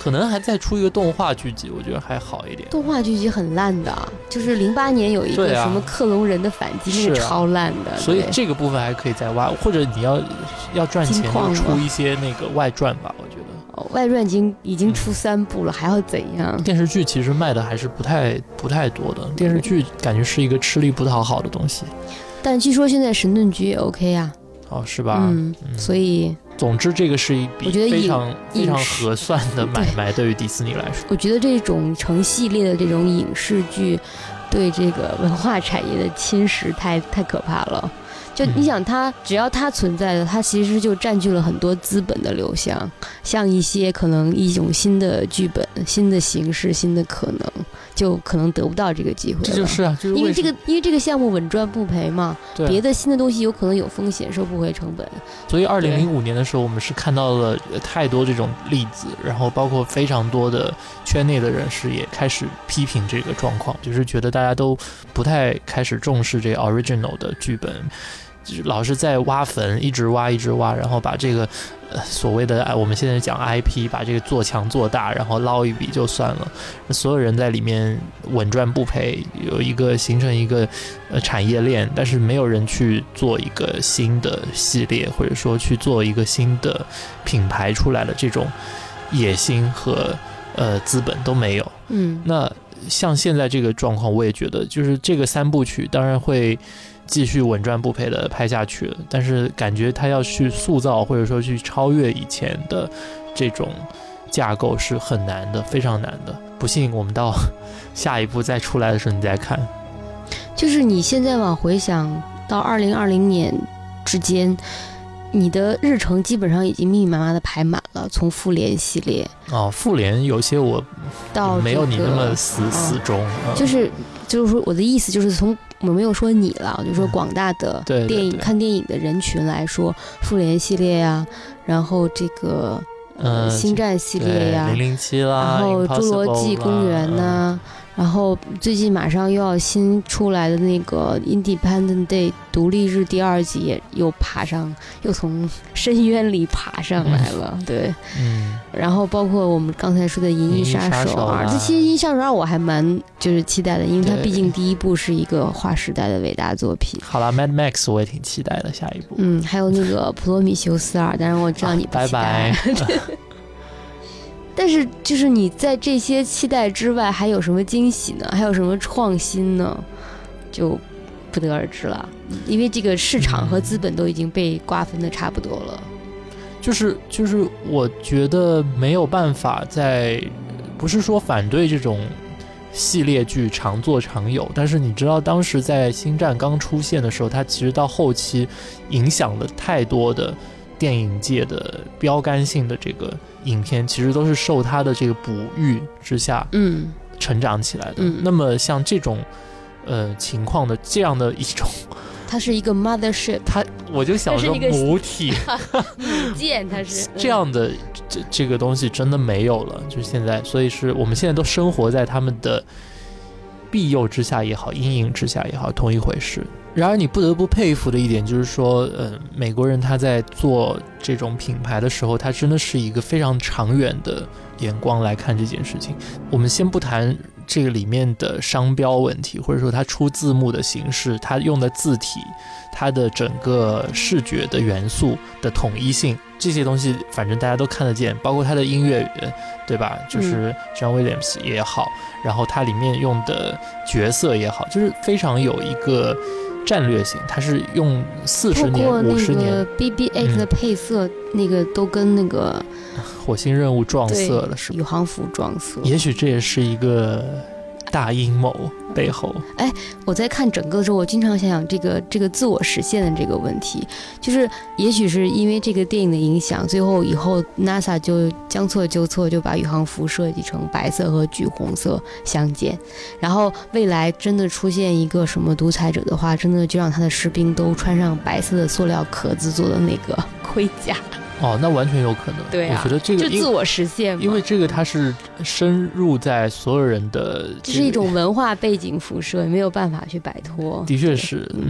可能还再出一个动画剧集，我觉得还好一点。 动画剧集很烂的，就是08年有一个对啊什么克隆人的反击，那个是啊超烂的。 所以对这个部分还可以再挖，或者你要赚钱金矿就出吗一些那个外传吧，我觉得。 外传已经出3部了，还要怎样？ 电视剧其实卖的还是不太多的，电视剧感觉是一个吃力不讨好的东西。 但据说现在神盾局也 OK 啊， 哦，是吧？ 所以总之这个是一笔我觉得非常影视合算的买卖，对于迪士尼来说。 我觉得这种成系列的这种影视剧，对这个文化产业的侵蚀太可怕了。就你想它，只要它存在的，它其实就占据了很多资本的流向，像一些可能一种新的剧本、新的形式、新的可能，就可能得不到这个机会了。 这就是啊，就是因为这个项目稳赚不赔嘛， 对别的新的东西有可能有风险，收不回成本。 所以2005年的时候，我们是看到了太多这种例子，然后包括非常多的圈内的人士也开始批评这个状况，就是觉得大家都不太开始重视这个 original 的剧本。就是老是在挖坟，一直挖，然后把这个所谓的我们现在讲 IP， 把这个做强做大，然后捞一笔就算了。所有人在里面稳赚不赔，形成一个产业链，但是没有人去做一个新的系列，或者说去做一个新的品牌出来的这种野心和资本都没有。那像现在这个状况，我也觉得就是这个3部曲当然会继续稳赚不赔的拍下去了，但是感觉他要去塑造或者说去超越以前的这种架构是很难的，非常难的。不信我们到下一步再出来的时候你再看。 就是你现在往回想到2020年之间，你的日程基本上已经密密麻麻的排满了，从复联系列复联有些我到没有你那么死忠， 就是说我的意思就是从我没有说你了，我就说广大的对看电影的人群来说，复联系列呀，然后这个星战系列呀 007啦， 然后侏罗纪公园呐，然后最近马上又要新出来的那个 Independent Day 独立日第2集又从深渊里爬上来了，对，然后包括我们刚才说的《银翼杀手》啊，这其实《银翼杀手2》我还蛮就是期待的，因为它毕竟第1部是一个划时代的伟大作品。 好了 ，Mad Max 我也挺期待的下一部。 还有那个《普罗米修斯2》，当然我知道你不期待。 拜拜。 但是就是你在这些期待之外还有什么惊喜呢？还有什么创新呢？就不得而知了，因为这个市场和资本都已经被瓜分的差不多了。 就是我觉得没有办法不是说反对这种系列剧常做常有，但是你知道当时在星战刚出现的时候，它其实到后期影响了太多的电影界的标杆性的这个影片，其实都是受它的这个哺育之下成长起来的。那么像这种情况的这样的一种， 它是一个 mothership， 我就想说母体母舰，它是这样的这个东西真的没有了，就是现在，所以是我们现在都生活在他们的庇佑之下也好，阴影之下也好，同一回事。然而你不得不佩服的一点就是说，美国人他在做这种品牌的时候，他真的是一个非常长远的眼光来看这件事情。我们先不谈这个里面的商标问题，或者说它出字幕的形式，它用的字体，它的整个视觉的元素的统一性，这些东西反正大家都看得见，包括它的音乐，对吧？就是 John Williams 也好，然后它里面用的角色也好，就是非常有一个战略性，它是用40年、50年。 BB-8 的配色，那个都跟那个火星任务撞色了，是吧？ 宇航服撞色。 也许这也是一个大阴谋背后。 我在看整个的时候，我经常想想这个自我实现的这个问题，就是也许是因为这个电影的影响，最后以后 NASA 就将错就错，就把宇航服设计成白色和橘红色相间，然后未来真的出现一个什么独裁者的话，真的就让他的士兵都穿上白色的塑料壳子做的那个盔甲。 那完全有可能。 对啊， 我觉得这个就自我实现嘛， 因为这个它是深入在所有人的， 这是一种文化背景辐射，没有办法去摆脱。 的确是，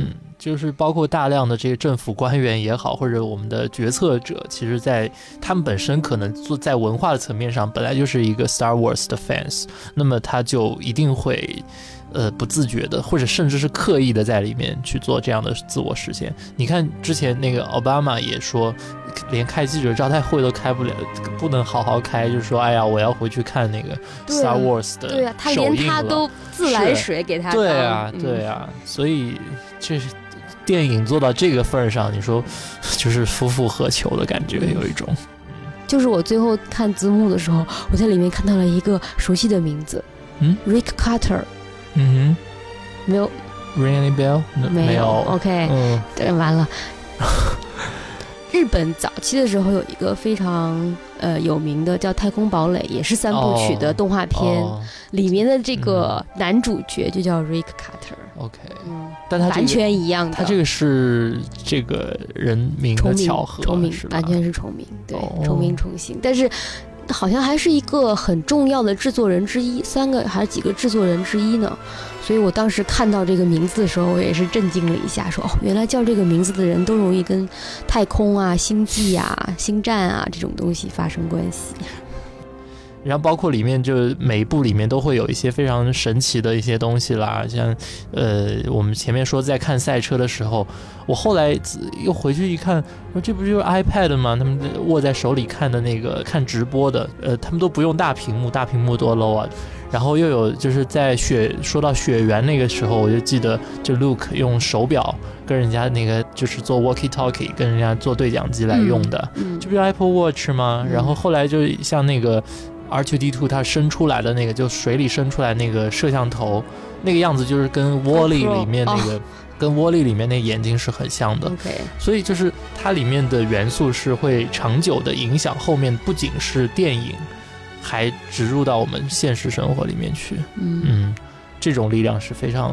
就是包括大量的这个政府官员也好，或者我们的决策者，其实在他们本身可能在文化的层面上本来就是一个 Star Wars 的 fans， 那么他就一定会不自觉的，或者甚至是刻意的在里面去做这样的自我实现。你看之前那个奥巴马也说，连开记者招待会都开不了，不能好好开，就是说，哎呀，我要回去看那个 Star Wars 的首映了。 对啊，他连他都自来水给他当。 对啊，对啊，所以这是电影做到这个份儿上，你说就是夫复何求的感觉，有一种。 就是我最后看字幕的时候，我在里面看到了一个熟悉的名字，Rick Carter。没有 Ring any bell？ 没有 OK， 对，完了。日本早期的时候有一个非常有名的叫《太空堡垒》，也是3部曲的动画片，里面的这个男主角就叫 Rick Carter。OK， 但他完全一样的。 他这个是这个人名的巧合， 重名完全是重名，对，重名重姓，但是。好像还是一个很重要的制作人之一，3个还是几个制作人之一呢。所以我当时看到这个名字的时候，我也是震惊了一下，说原来叫这个名字的人都容易跟太空啊、星际啊、星战啊这种东西发生关系。 然后包括里面就每一部里面都会有一些非常神奇的一些东西啦，像我们前面说在看赛车的时候，我后来又回去一看，说这不就是 iPad 吗？他们握在手里看的那个看直播的，他们都不用大屏幕，大屏幕多 low 啊。然后又有就是在说到雪原那个时候，我就记得就 Luke 用手表跟人家那个就是做 walkie talkie 跟人家做对讲机来用的，这不是 Apple Watch 吗？然后后来就像那个R2D2 它伸出来的那个，就水里伸出来那个摄像头，那个样子就是跟 Wall-E 里面那个，跟 Wall-E 里面那眼睛是很像的。所以就是它里面的元素是会长久的影响后面，不仅是电影，还植入到我们现实生活里面去。这种力量是非常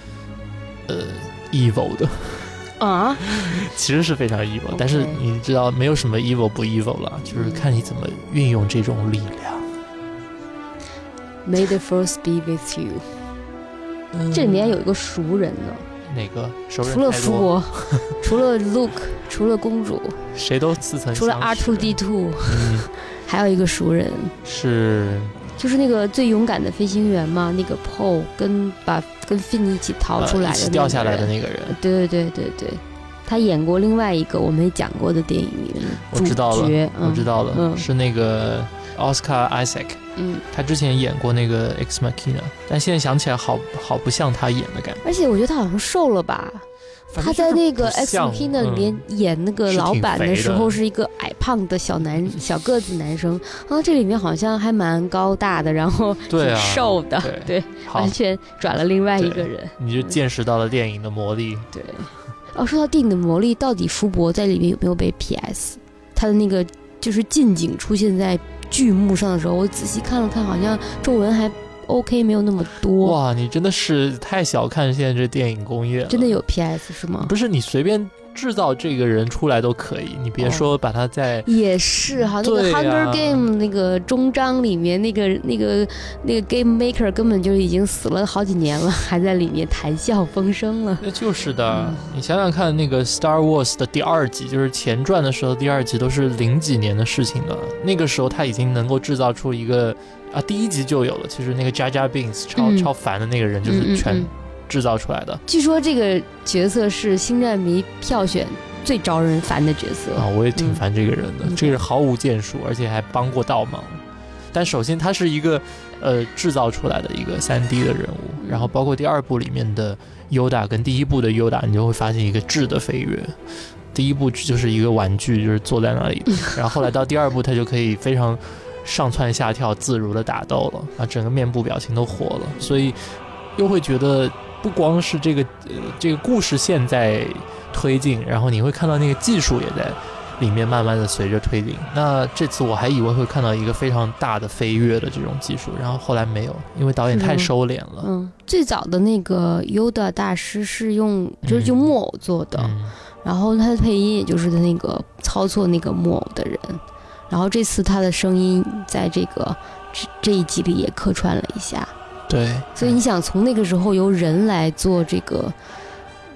evil 的。啊，其实是非常 evil， 但是你知道没有什么 evil 不 evil 了，就是看你怎么运用这种力量。 May the force be with you。这里面有一个熟人呢。 哪个熟人？ 除了福伯，除了 Luke， 除了公主， 谁都似曾相识。 除了 R2D2，还有一个熟人就是那个最勇敢的飞行员嘛，那个 Paul 跟 Finn 一起逃出来的，一起掉下来的那个人。 对，他演过另外一个我没讲过的电影里面的主角。 我知道了，是那个 Oscar Isaac。他之前演过那个 Ex Machina， 但现在想起来好不像他演的感觉。 而且我觉得他好像瘦了吧。他在那个 Ex Machina 里面演那个老板的时候是一个矮胖的小个子男生，这里面好像还蛮高大的，然后挺瘦的，对，完全转了另外一个人。 你就见识到了电影的魔力。 对，说到电影的魔力，到底福伯在里面有没有被 PS？ 他的那个就是近景出现在剧幕上的时候，我仔细看了看，好像皱纹还OK， 没有那么多。 哇，你真的是太小看现在这电影工业了。 真的有 PS 是吗？ 不是，你随便制造这个人出来都可以，你别说把他在也是哈，那个 Hunger Game 那个终章里面那个 Game Maker 根本就已经死了好几年了，还在里面谈笑风生了。 那就是的，你想想看，那个 Star Wars 的第2集，就是前传的时候，第2集都是00几年的事情了。那个时候他已经能够制造出一个第1集就有了。其实那个 Jar Jar Binks 超烦的那个人，就是全制造出来的。 据说这个角色是星战迷票选最招人烦的角色我也挺烦这个人的。这个人毫无建树，而且还帮过倒忙。但首先他是一个制造出来的一个3D 的人物，然后包括第2部里面的 Yoda 跟第1部的 Yoda， 你就会发现一个质的飞跃。第1部就是一个玩具，就是坐在那里，然后后来到第2部他就可以非常上蹿下跳自如的打斗了，整个面部表情都活了，所以又会觉得不光是这个故事线在推进，然后你会看到那个技术也在里面慢慢的随着推进。那这次我还以为会看到一个非常大的飞跃的这种技术，然后后来没有，因为导演太收敛了。 最早的那个 Yoda 大师是用就木偶做的，然后他的配音也就是那个操作那个木偶的人，然后这次他的声音在这一集里也客串了一下。 对， 所以你想从那个时候由人来做这个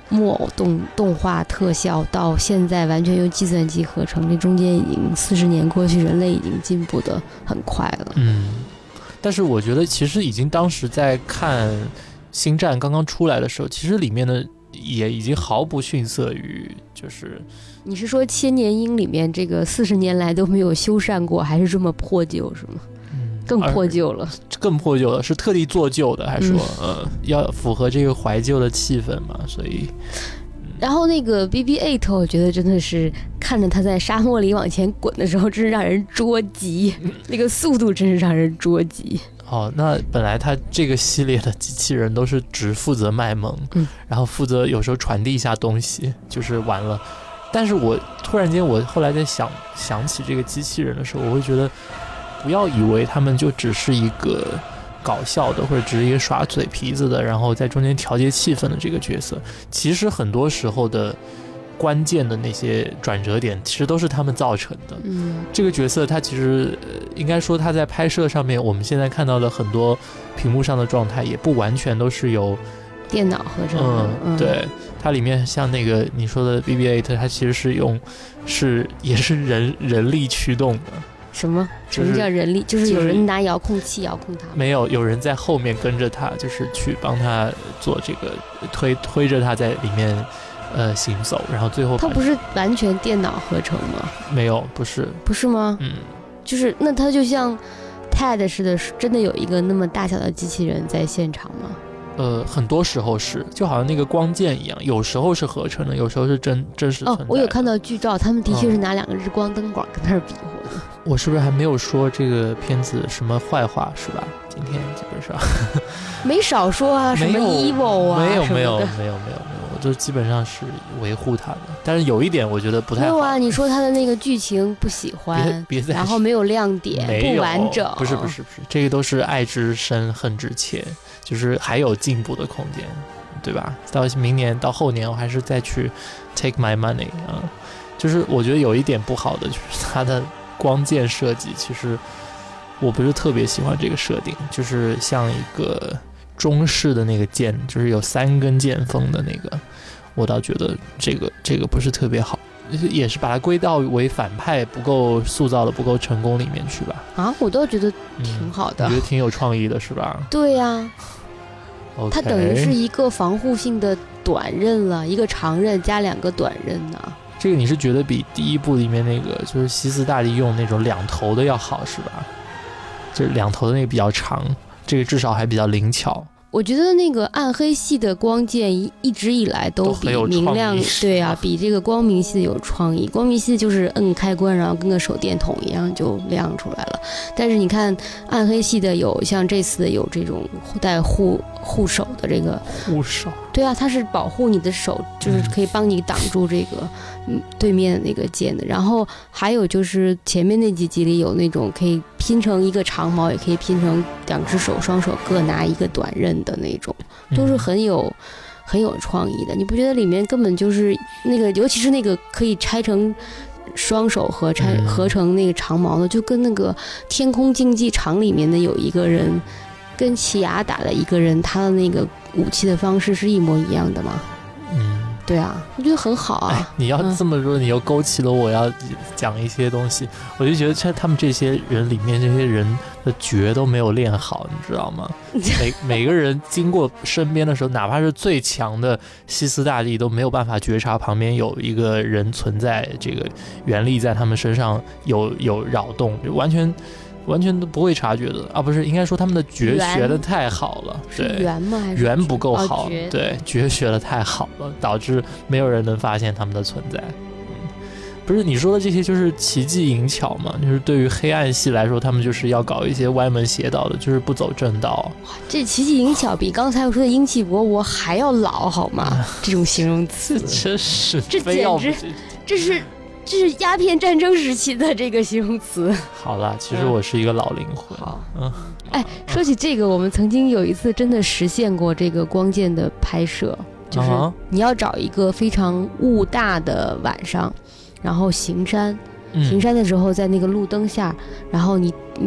木偶动画特效到现在完全用计算机合成，这中间已经40年过去，人类已经进步的很快了。 但是我觉得其实已经当时在看星战刚刚出来的时候，其实里面的也已经毫不逊色于就是你是说千年鹰里面这个40年来都没有修缮过，还是这么破旧是吗？更破旧了， 更破旧了，是特地做旧的，还说、要符合这个怀旧的气氛嘛，所以。 然后那个 BB-8， 我觉得真的是看着他在沙漠里往前滚的时候，真是让人捉急，那个速度真是让人捉急。 哦，那本来他这个系列的机器人都是只负责卖萌，然后负责有时候传递一下东西，就是完了。但是我突然间，我后来在想起这个机器人的时候，我会觉得，不要以为他们就只是一个搞笑的，或者只是一个耍嘴皮子的，然后在中间调节气氛的这个角色。其实很多时候的关键的那些转折点，其实都是他们造成的。这个角色他其实应该说他在拍摄上面，我们现在看到的很多屏幕上的状态，也不完全都是由电脑合成的。 对，它里面像那个你说的 BB-8， 它其实是也是人力驱动的。 什么叫人力？就是有人拿遥控器遥控它？ 没有，有人在后面跟着他，就是去帮他做这个推着他在里面行走，然后最后它不是完全电脑合成吗？ 没有，不是吗？ 就是那它就像 TED 似的，真的有一个那么大小的机器人在现场吗？ 很多时候是，就好像那个光剑一样，有时候是合成的，有时候是真实存在的。 我有看到剧照，他们的确是拿2个日光灯管跟那儿比划的。 我是不是还没有说这个片子什么坏话是吧？今天基本上没少说啊，什么 evil 啊， 没有，我就基本上是维护他的。但是有一点我觉得不太好。 没有啊，你说他的那个剧情不喜欢， 别再然后没有亮点，不完整。 不是，这个都是爱之深恨之切，就是还有进步的空间，对吧？到明年到后年我还是再去 take my money 啊。就是我觉得有一点不好的就是它的光剑设计，其实我不是特别喜欢这个设定，就是像一个中式的那个剑，就是有3根剑锋的那个，我倒觉得这个不是特别好，也是把它归到为反派不够塑造的不够成功里面去吧。 啊，我倒觉得挺好的， 我觉得挺有创意的是吧？ 对呀 ，okay， 它等于是一个防护性的短刃了，一个长刃加2个短刃呢。 这个你是觉得比第1部里面那个就是西斯大帝用那种2头的要好是吧？就是2头的那个比较长，这个至少还比较灵巧。 我觉得那个暗黑系的光剑一直以来都比明亮，对啊，比这个光明系的有创意。光明系就是摁开关，然后跟个手电筒一样就亮出来了。但是你看暗黑系的有像这次的有这种带护手的这个护手， 对啊，它是保护你的手，就是可以帮你挡住这个对面的那个剑的。然后还有就是前面那几集里有那种可以拼成一个长矛，也可以拼成2只手双手各拿一个短刃的那种，都是很有创意的。你不觉得里面根本就是那个，尤其是那个可以拆成双手合成那个长矛的，就跟那个天空竞技场里面的有一个人跟奇亚打的一个人，他的那个武器的方式是一模一样的吗？对啊，我觉得很好啊。 你要这么说，你又勾起了我要讲一些东西。我就觉得他们这些人里面，这些人的诀都没有练好，你知道吗？每个人经过身边的时候，哪怕是最强的西斯大帝都没有办法觉察旁边有一个人存在，这个原力在他们身上有扰动，完全都不会察觉的啊！不是，应该说他们的诀学的太好了，对， 圆吗？还是圆不够好？对，诀学的太好了，导致没有人能发现他们的存在。不是你说的这些就是奇技淫巧嘛？就是对于黑暗系来说，他们就是要搞一些歪门邪道的，就是不走正道。 这奇技淫巧比刚才我说的英气勃勃还要老好吗？这种形容词， 真是， 这简直，这是鸦片战争时期的这个形容词。 好了，其实我是一个老灵魂。 好，说起这个，我们曾经有一次真的实现过这个光剑的拍摄，就是你要找一个非常雾大的晚上，然后行山的时候，在那个路灯下，然后你就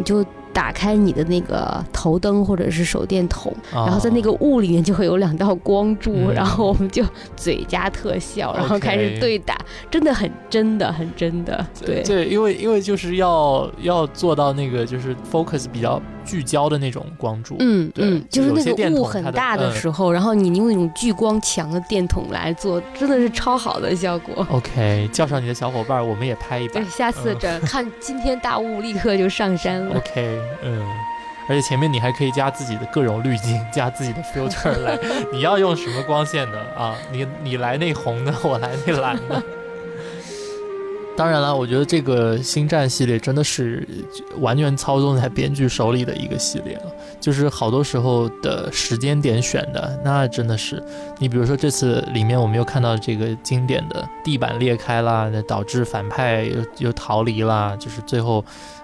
打开你的那个头灯或者是手电筒， 哦然后在那个雾里面就会有2道光柱， 嗯然后我们就嘴加特效，然后开始对打，真的很真的，很真的，对对，因为就是要做到那个就是 focus 比较聚焦的那种光柱，对就是那有些电筒个雾很大的时候，然后你用那种聚光强的电筒来做，真的是超好的效果。 OK， 叫上你的小伙伴，我们也拍一把对，。下次看今天大雾，立刻就上山了。 OK， 而且前面你还可以加自己的各种滤镜，加自己的 filter 来，你要用什么光线的啊？你来那红的，我来那蓝的。当然了，我觉得这个星战系列真的是完全操纵在编剧手里的一个系列了，就是好多时候的时间点选的，那真的是，你比如说这次里面我们又看到这个经典的地板裂开啦，导致反派又逃离啦，就是最后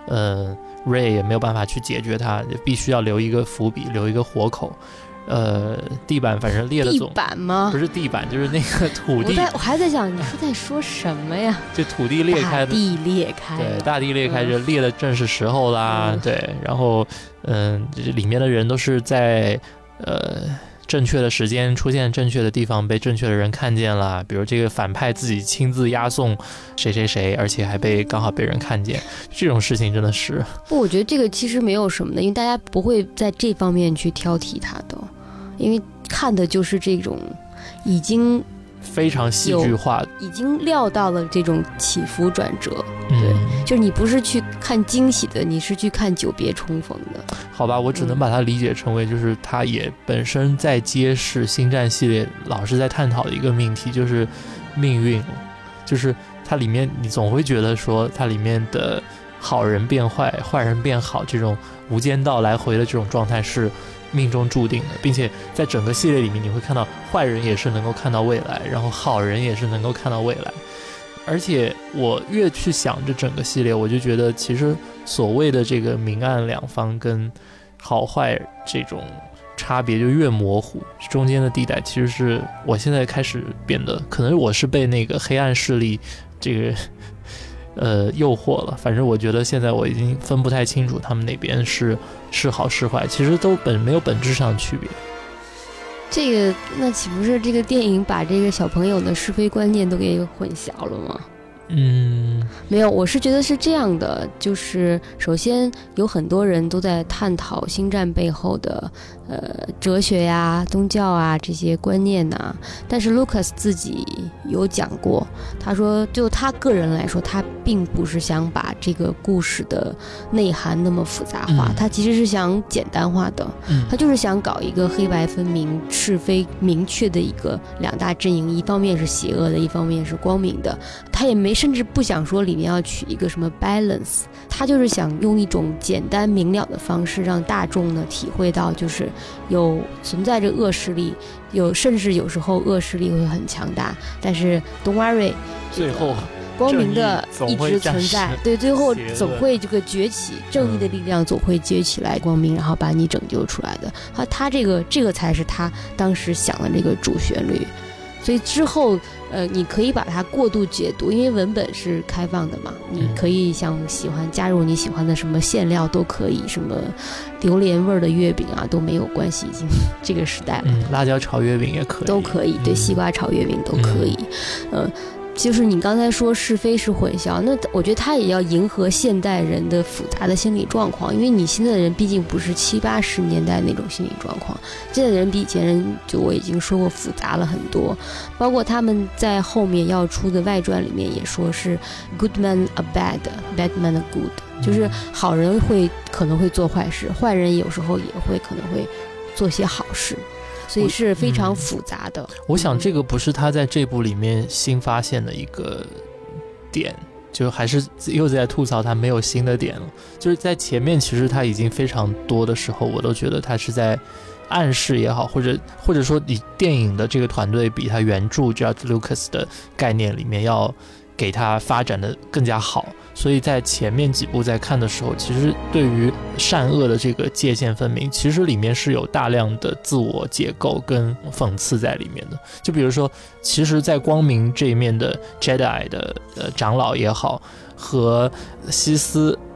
Ray 也没有办法去解决它，必须要留一个伏笔，留一个活口。地板反正裂的地板吗？ 不是地板，就是那个土地。 我还在想，你是在说什么呀？ 就土地裂开的， 大地裂开， 对，大地裂开就裂的正是时候啦。对，然后里面的人都是在正确的时间出现正确的地方，被正确的人看见了。比如这个反派自己亲自押送谁谁谁，而且还刚好被人看见，这种事情真的是不，我觉得这个其实没有什么的，因为大家不会在这方面去挑剔它的，因为看的就是这种已经非常戏剧化， 已经料到了这种起伏转折。对，就是你不是去看惊喜的，你是去看久别重逢的。 好吧，我只能把它理解成为，就是它也本身在揭示星战系列老是在探讨的一个命题，就是命运，就是它里面你总会觉得说它里面的好人变坏，坏人变好，这种无间道来回的这种状态是命中注定的，并且在整个系列里面你会看到坏人也是能够看到未来，然后好人也是能够看到未来。而且我越去想这整个系列，我就觉得其实所谓的这个明暗两方跟好坏这种差别就越模糊，中间的地带其实是我现在开始变得，可能我是被那个黑暗势力这个诱惑了，反正我觉得现在我已经分不太清楚他们哪边是好是坏，其实都没有本质上的区别。 这个那岂不是这个电影把这个小朋友的是非观念都给混淆了吗？没有，我是觉得是这样的，就是首先有很多人都在探讨星战背后的哲学呀、宗教啊这些观念呐，但是 Lucas 自己有讲过，他说就他个人来说，他并不是想把这个故事的内涵那么复杂化，他其实是想简单化的，他就是想搞一个黑白分明、是非明确的一个两大阵营，一方面是邪恶的，一方面是光明的，他也甚至不想说里面要取一个什么 balance， 他就是想用一种简单明了的方式让大众呢体会到，就是有存在着恶势力，甚至有时候恶势力会很强大，但是 don't worry， 最后光明的一直存在，对，最后总会这个崛起，正义的力量总会崛起来光明，然后把你拯救出来的。他这个才是他当时想的这个主旋律。所以之后你可以把它过度解读，因为文本是开放的嘛，你可以喜欢加入你喜欢的什么馅料都可以，什么榴莲味的月饼啊都没有关系，已经这个时代了。 辣椒炒月饼也可以， 都可以，对，西瓜炒月饼都可以。就是你刚才说是非是混淆，那我觉得他也要迎合现代人的复杂的心理状况，因为你现在的人毕竟不是70、80年代那种心理状况，现在的人比以前人就我已经说过复杂了很多，包括他们在后面要出的外传里面也说是 good man a bad, bad man a good， 就是好人可能会做坏事，坏人有时候也可能会做些好事。所以是非常复杂的。 我想这个不是他在这部里面新发现的一个点，就还是又在吐槽他没有新的点了。就是在前面其实他已经非常多的时候，我都觉得他是在暗示也好，或者说你电影的这个团队比他原著 George Lucas 的概念里面要给他发展的更加好，所以在前面几部在看的时候，其实对于善恶的这个界限分明，其实里面是有大量的自我解构跟讽刺在里面的。就比如说，其实在光明这一面的 Jedi 的长老也好，和西斯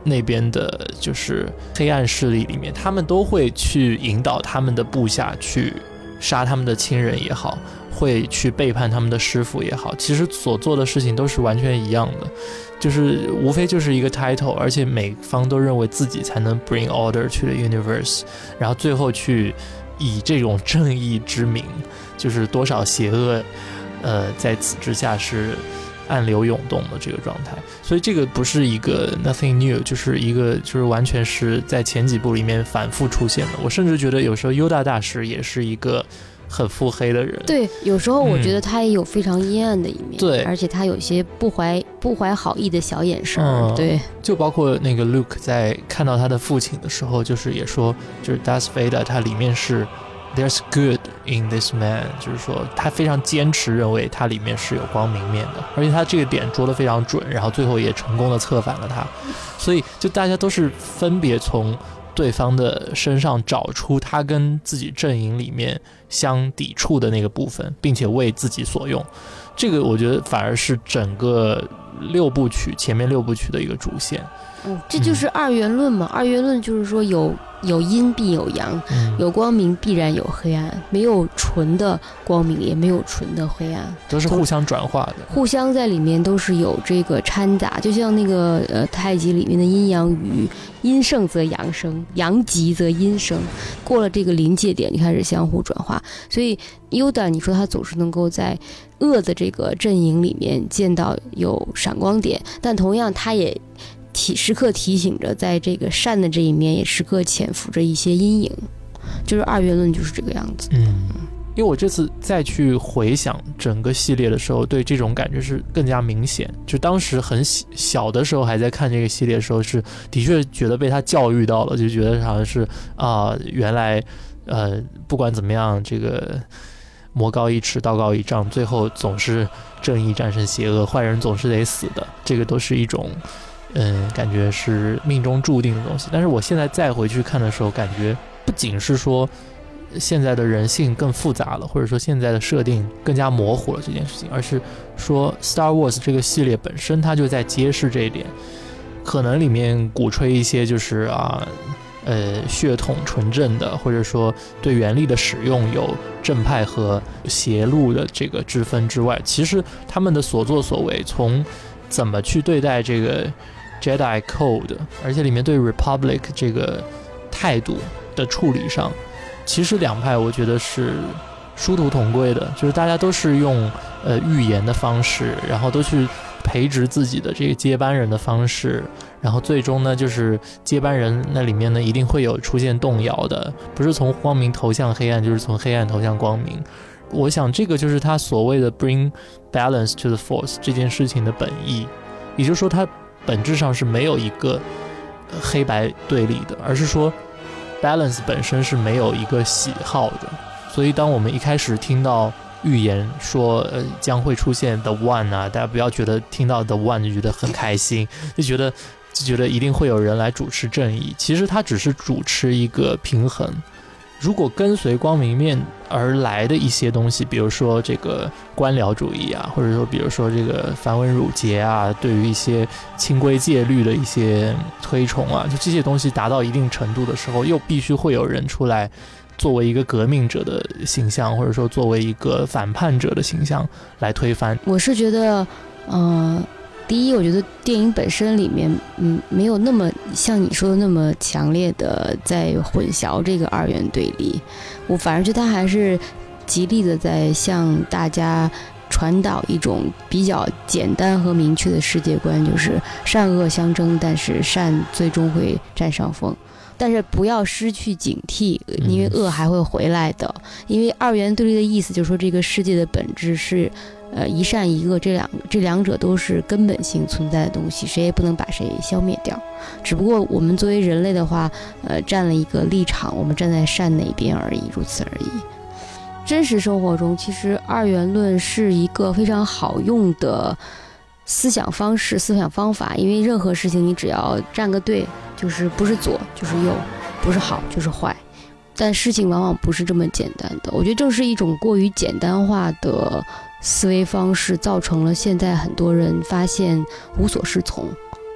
那边的就是黑暗势力里面，他们都会去引导他们的部下去杀他们的亲人也好，会去背叛他们的师傅也好，其实所做的事情都是完全一样的，就是无非就是一个 title， 而且每方都认为自己才能 bring order to the universe， 然后最后去以这种正义之名，就是多少邪恶在此之下是暗流涌动的这个状态。所以这个不是一个 nothing new， 就是一个就是完全是在前几部里面反复出现的。我甚至觉得有时候优大大师也是一个很腹黑的人。 对，有时候我觉得他也有非常阴暗的一面， 对， 而且他有一些不怀好意的小眼神，对， 就包括那个 Luke 在看到他的父亲的时候，就是也说，就是 Darth Vader 他里面是 There's good in this man， 就是说他非常坚持认为他里面是有光明面的，而且他这个点捉得非常准，然后最后也成功的策反了他，所以就大家都是分别从对方的身上找出他跟自己阵营里面相抵触的那个部分，并且为自己所用。这个我觉得反而是整个前面六部曲的一个主线。 这就是二元论嘛。二元论就是说有阴必有阳，有光明必然有黑暗，没有纯的光明，也没有纯的黑暗， 都是互相转化的， 互相在里面都是有这个掺杂。就像那个太极里面的阴阳鱼，阴盛则阳生，阳极则阴生，过了这个临界点就开始相互转化。所以优达你说他总是能够在恶的这个阵营里面见到有闪光点，但同样他也时刻提醒着，在这个善的这一面也时刻潜伏着一些阴影，就是二元论就是这个样子。 因为我这次再去回想整个系列的时候，对这种感觉是更加明显。就当时很小的时候还在看这个系列的时候，是的确觉得被他教育到了，就觉得好像是原来不管怎么样，这个魔高一尺道高一丈，最后总是正义战胜邪恶，坏人总是得死的，这个都是一种感觉是命中注定的东西。但是我现在再回去看的时候，感觉不仅是说现在的人性更复杂了，或者说现在的设定更加模糊了这件事情，而是说 Star Wars 这个系列本身它就在揭示这一点。可能里面鼓吹一些就是血统纯正的，或者说对原力的使用有正派和邪路的这个之分之外，其实他们的所作所为，从怎么去对待这个 Jedi Code， 而且里面对 Republic 这个态度的处理上，其实两派我觉得是殊途同归的，就是大家都是用预言的方式，然后都去培植自己的这个接班人的方式，然后最终呢，就是接班人那里面呢一定会有出现动摇的，不是从光明投向黑暗，就是从黑暗投向光明。我想这个就是他所谓的 bring balance to the force 这件事情的本意，也就是说它本质上是没有一个黑白对立的，而是说 balance 本身是没有一个喜好的。所以当我们一开始听到预言说将会出现 The One 啊，大家不要觉得听到 The One 就觉得很开心，就觉得一定会有人来主持正义，其实他只是主持一个平衡。如果跟随光明面而来的一些东西，比如说这个官僚主义啊，或者说比如说这个繁文缛节啊，对于一些清规戒律的一些推崇啊，就这些东西达到一定程度的时候，又必须会有人出来作为一个革命者的形象，或者说作为一个反叛者的形象来推翻。 我是觉得第一，我觉得电影本身里面没有那么像你说的那么强烈的在混淆这个二元对立，我反而觉得他还是极力的在向大家传导一种比较简单和明确的世界观，就是善恶相争，但是善最终会占上风，但是不要失去警惕，因为恶还会回来的。因为二元对立的意思就是说，这个世界的本质是一善一恶，这两者都是根本性存在的东西，谁也不能把谁消灭掉。只不过我们作为人类的话，站了一个立场，我们站在善那边而已，如此而已。真实生活中，其实二元论是一个非常好用的思想方式、思想方法，因为任何事情你只要站个队，就是不是左就是右，不是好就是坏。但事情往往不是这么简单的，我觉得正是一种过于简单化的思维方式，造成了现在很多人发现无所适从。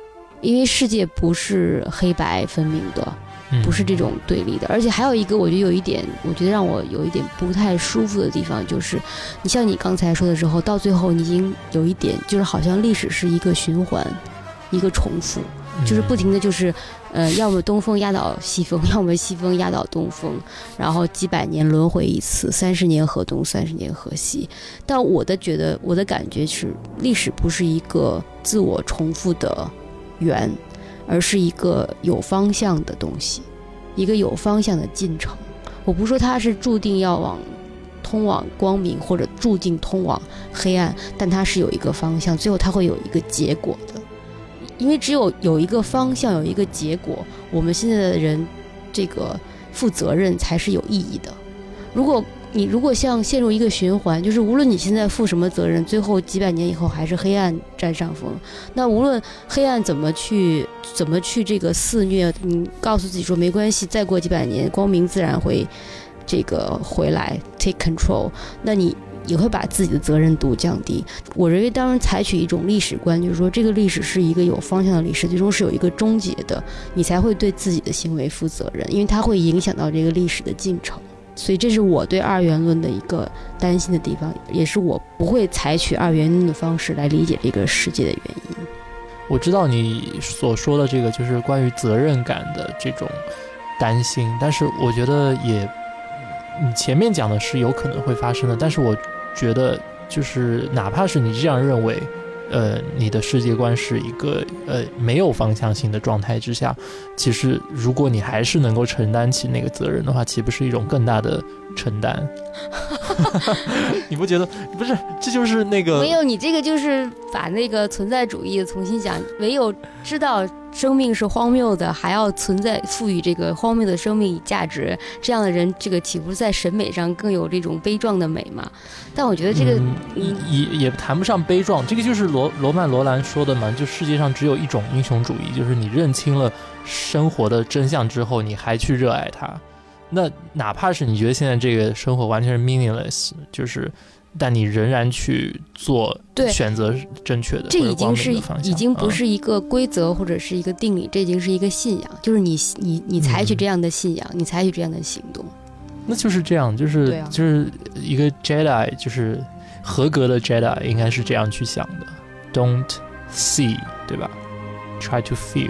因为世界不是黑白分明的，不是这种对立的。而且还有一个，我觉得有一点，我觉得让我有一点不太舒服的地方，就是你像你刚才说的时候，到最后你已经有一点，就是好像历史是一个循环，一个重复，就是不停的就是要么东风压倒西风，要么西风压倒东风，然后几百年轮回一次，30年河东，30年河西。但我的感觉是，历史不是一个自我重复的圆，而是一个有方向的东西，一个有方向的进程。我不说它是注定要通往光明，或者注定通往黑暗，但它是有一个方向，最后它会有一个结果的。因为只有一个方向，有一个结果，我们现在的人这个负责任才是有意义的。如果像陷入一个循环，就是无论你现在负什么责任，最后几百年以后还是黑暗占上风。那无论黑暗怎么去这个肆虐，你告诉自己说没关系，再过几百年光明自然会这个回来 take control， 那你也会把自己的责任度降低。我认为当然采取一种历史观，就是说这个历史是一个有方向的历史，最终是有一个终结的，你才会对自己的行为负责任，因为它会影响到这个历史的进程。所以这是我对二元论的一个担心的地方，也是我不会采取二元论的方式来理解这个世界的原因。 我知道你所说的这个就是关于责任感的这种担心，但是我觉得你前面讲的是有可能会发生的，但是我觉得就是哪怕是你这样认为，你的世界观是一个没有方向性的状态之下，其实如果你还是能够承担起那个责任的话，岂不是一种更大的承担？你不觉得？不是，这就是那个没有，你这个就是把那个存在主义重新讲，唯有知道生命是荒谬的，还要赋予这个荒谬的生命以价值，这样的人，这个岂不是在审美上更有这种悲壮的美吗？但我觉得这个也谈不上悲壮，这个就是罗曼·罗兰说的嘛，就世界上只有一种英雄主义，就是你认清了生活的真相之后，你还去热爱它。那哪怕是你觉得现在这个生活完全是 meaningless， 但你仍然去做选择正确的， 这已经是已经不是一一个规则或者是一个定理，这已经是一个信仰，就是你采取这样的信仰，你采取这样的行动， 那就是这样，就是一个 Jedi， 就是合格的 Jedi 应该是这样去想的 ，Don't see， 对吧 ？Try to feel。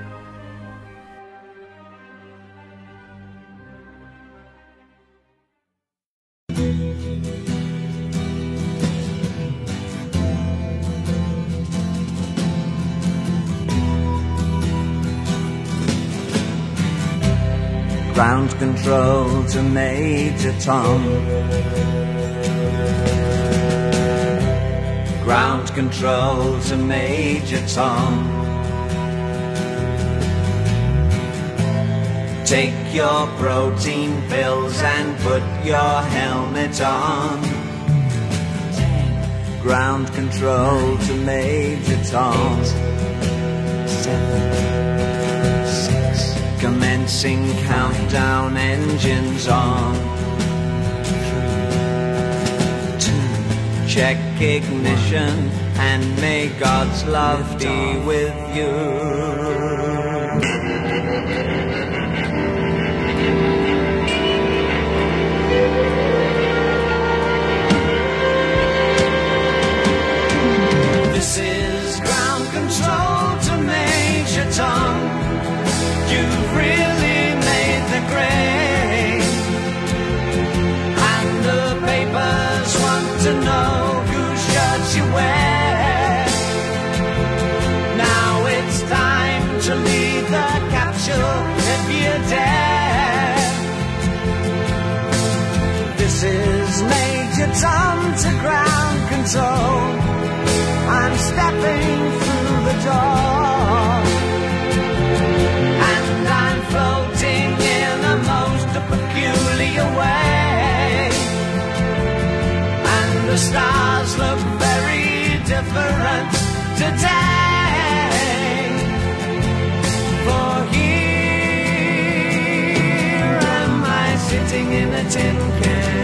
Ground control to Major Tom. Ground control to Major Tom. Take your protein pills and put your helmet on. Ground control to Major Tom. commencing countdown, engines on. 3, 2, check ignition, and may God's love be with you. This is ground control to Major Tom. You've really made the grade, and the papers want to know whose shirts you wear. Now it's time to leave the capsule if you dare. This is Major Tom to ground control. I'm stepping through the door, and I'm floating in a most peculiar way, and the stars look very different today. For here am I sitting in a tin can,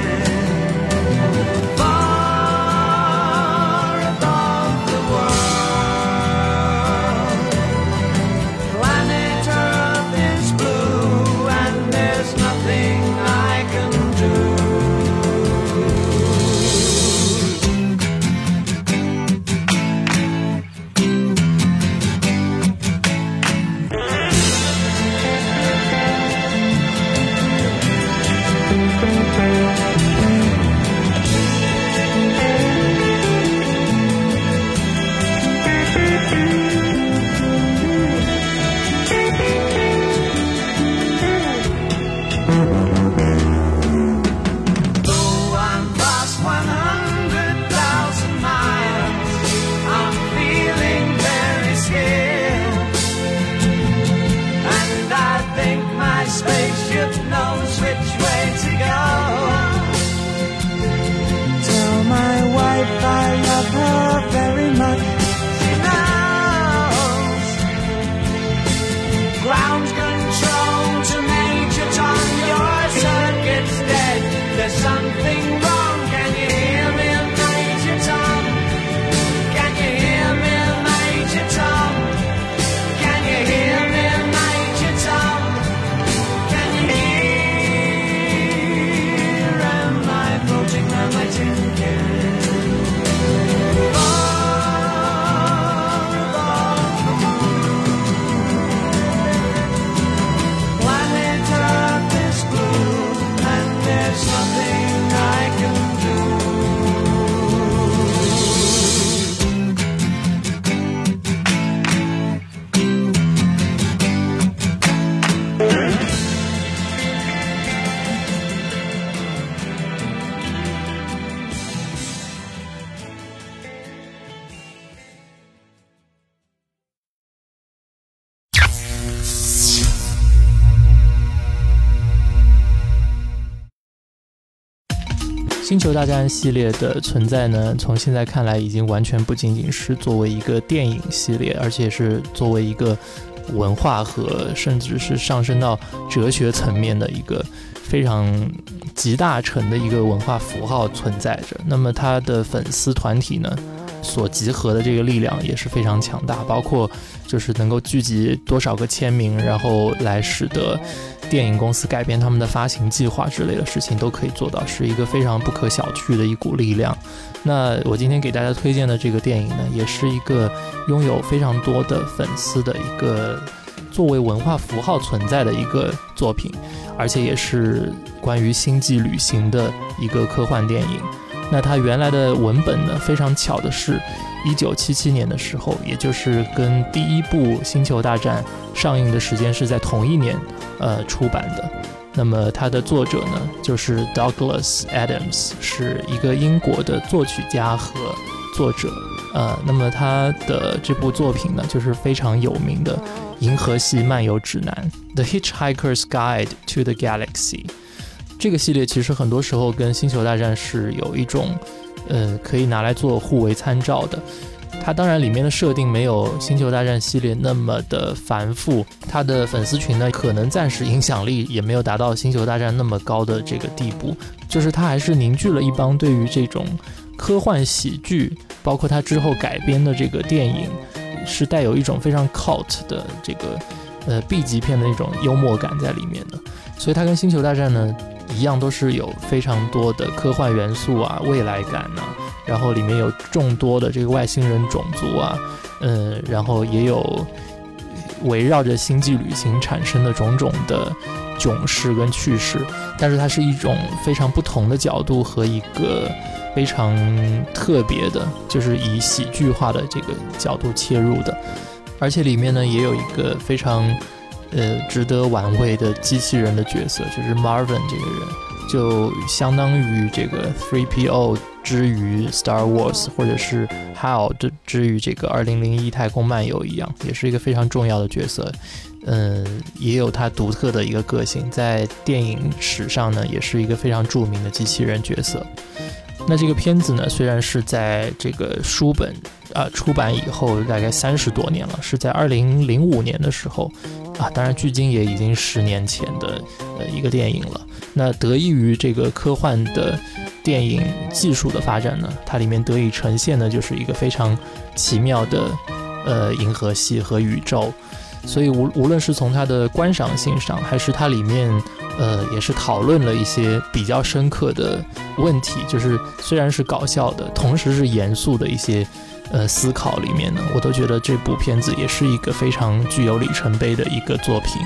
星球大战系列的存在呢，从现在看来已经完全不仅仅是作为一个电影系列，而且是作为一个文化和甚至是上升到哲学层面的一个非常集大成的一个文化符号存在着。那么它的粉丝团体呢，所集合的这个力量也是非常强大，包括就是能够聚集多少个签名，然后来使得电影公司改变他们的发行计划之类的事情都可以做到，是一个非常不可小觑的一股力量。那我今天给大家推荐的这个电影呢，也是一个拥有非常多的粉丝的一个作为文化符号存在的一个作品，而且也是关于星际旅行的一个科幻电影。那它原来的文本呢，非常巧的是1977年的时候，也就是跟第一部星球大战上映的时间是在同一年出版的。那么它的作者呢，就是 Douglas Adams， 是一个英国的作曲家和作者。那么他的这部作品呢，就是非常有名的银河系漫游指南 The Hitchhiker's Guide to the Galaxy。这个系列其实很多时候跟星球大战是有一种可以拿来做互为参照的。它当然里面的设定没有星球大战系列那么的繁复，它的粉丝群呢可能暂时影响力也没有达到星球大战那么高的这个地步，就是它还是凝聚了一帮对于这种科幻喜剧，包括它之后改编的这个电影，是带有一种非常 cult 的这个B 级片的那种幽默感在里面的。所以它跟星球大战呢一样，都是有非常多的科幻元素啊、未来感啊，然后里面有众多的这个外星人种族啊，然后也有围绕着星际旅行产生的种种的囧事跟趣事，但是它是一种非常不同的角度和一个非常特别的，就是以喜剧化的这个角度切入的。而且里面呢也有一个非常值得玩味的机器人的角色，就是 Marvin 这个人，就相当于这个 3PO 之于 Star Wars， 或者是 HAL 之于这个2001太空漫游一样，也是一个非常重要的角色。也有他独特的一个个性，在电影史上呢也是一个非常著名的机器人角色。那这个片子呢，虽然是在这个书本出版以后大概30多年了，是在2005年的时候当然距今也已经10年前的一个电影了。那得益于这个科幻的电影技术的发展呢，它里面得以呈现的就是一个非常奇妙的银河系和宇宙。所以无论是从它的观赏性上，还是它里面也是讨论了一些比较深刻的问题，就是虽然是搞笑的，同时是严肃的一些思考里面呢，我都觉得这部片子也是一个非常具有里程碑的一个作品。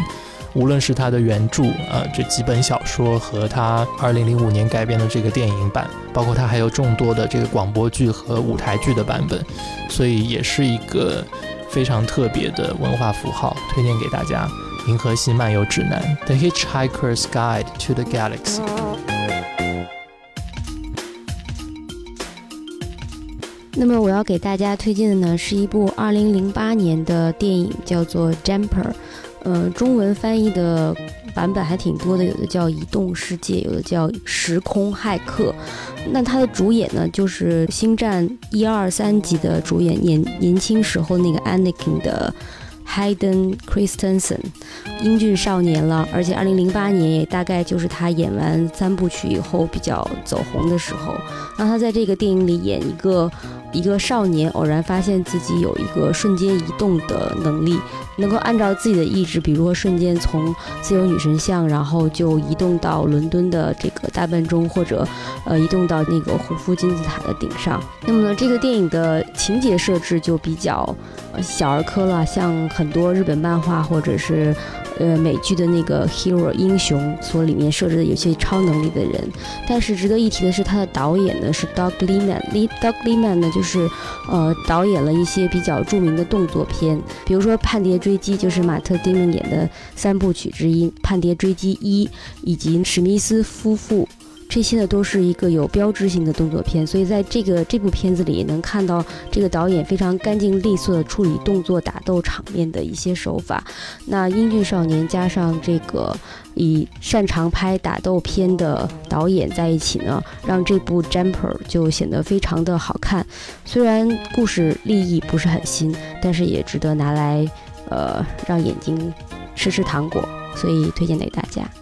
无论是他的原著这几本小说和他2005年改编的这个电影版，包括他还有众多的这个广播剧和舞台剧的版本，所以也是一个非常特别的文化符号，推荐给大家。银河系漫游指南 The Hitchhiker's Guide to the Galaxy。 那么我要给大家推荐的呢是一部2008年的电影，叫做 Jumper，中文翻译的版本还挺多的，有的叫移动世界，有的叫时空骇客。那它的主演呢就是星战1、2、3集的主演，年轻时候那个 Anakin 的Hayden Christensen， 英俊少年了，而且2008年也大概就是他演完3部曲以后比较走红的时候。那他在这个电影里演一个少年，偶然发现自己有一个瞬间移动的能力，能够按照自己的意志，比如说瞬间从自由女神像，然后就移动到伦敦的这个大笨钟，或者移动到那个红夫金字塔的顶上。那么呢，这个电影的情节设置就比较小儿科了，像很多日本漫画或者是美剧的那个 hero 英雄所里面设置的有些超能力的人。但是值得一提的是，他的导演呢是 Doug Liman。Doug Liman 呢就是导演了一些比较著名的动作片，比如说《叛谍追击》，就是马特·丁蒙演的3部曲之一，《叛谍追击1》，以及史密斯夫妇。这些呢都是一个有标志性的动作片，所以在这部片子里也能看到这个导演非常干净利索的处理动作打斗场面的一些手法。那英俊少年加上这个以擅长拍打斗片的导演在一起呢，让这部 Jumper 就显得非常的好看。虽然故事立意不是很新，但是也值得拿来让眼睛吃糖果，所以推荐给大家。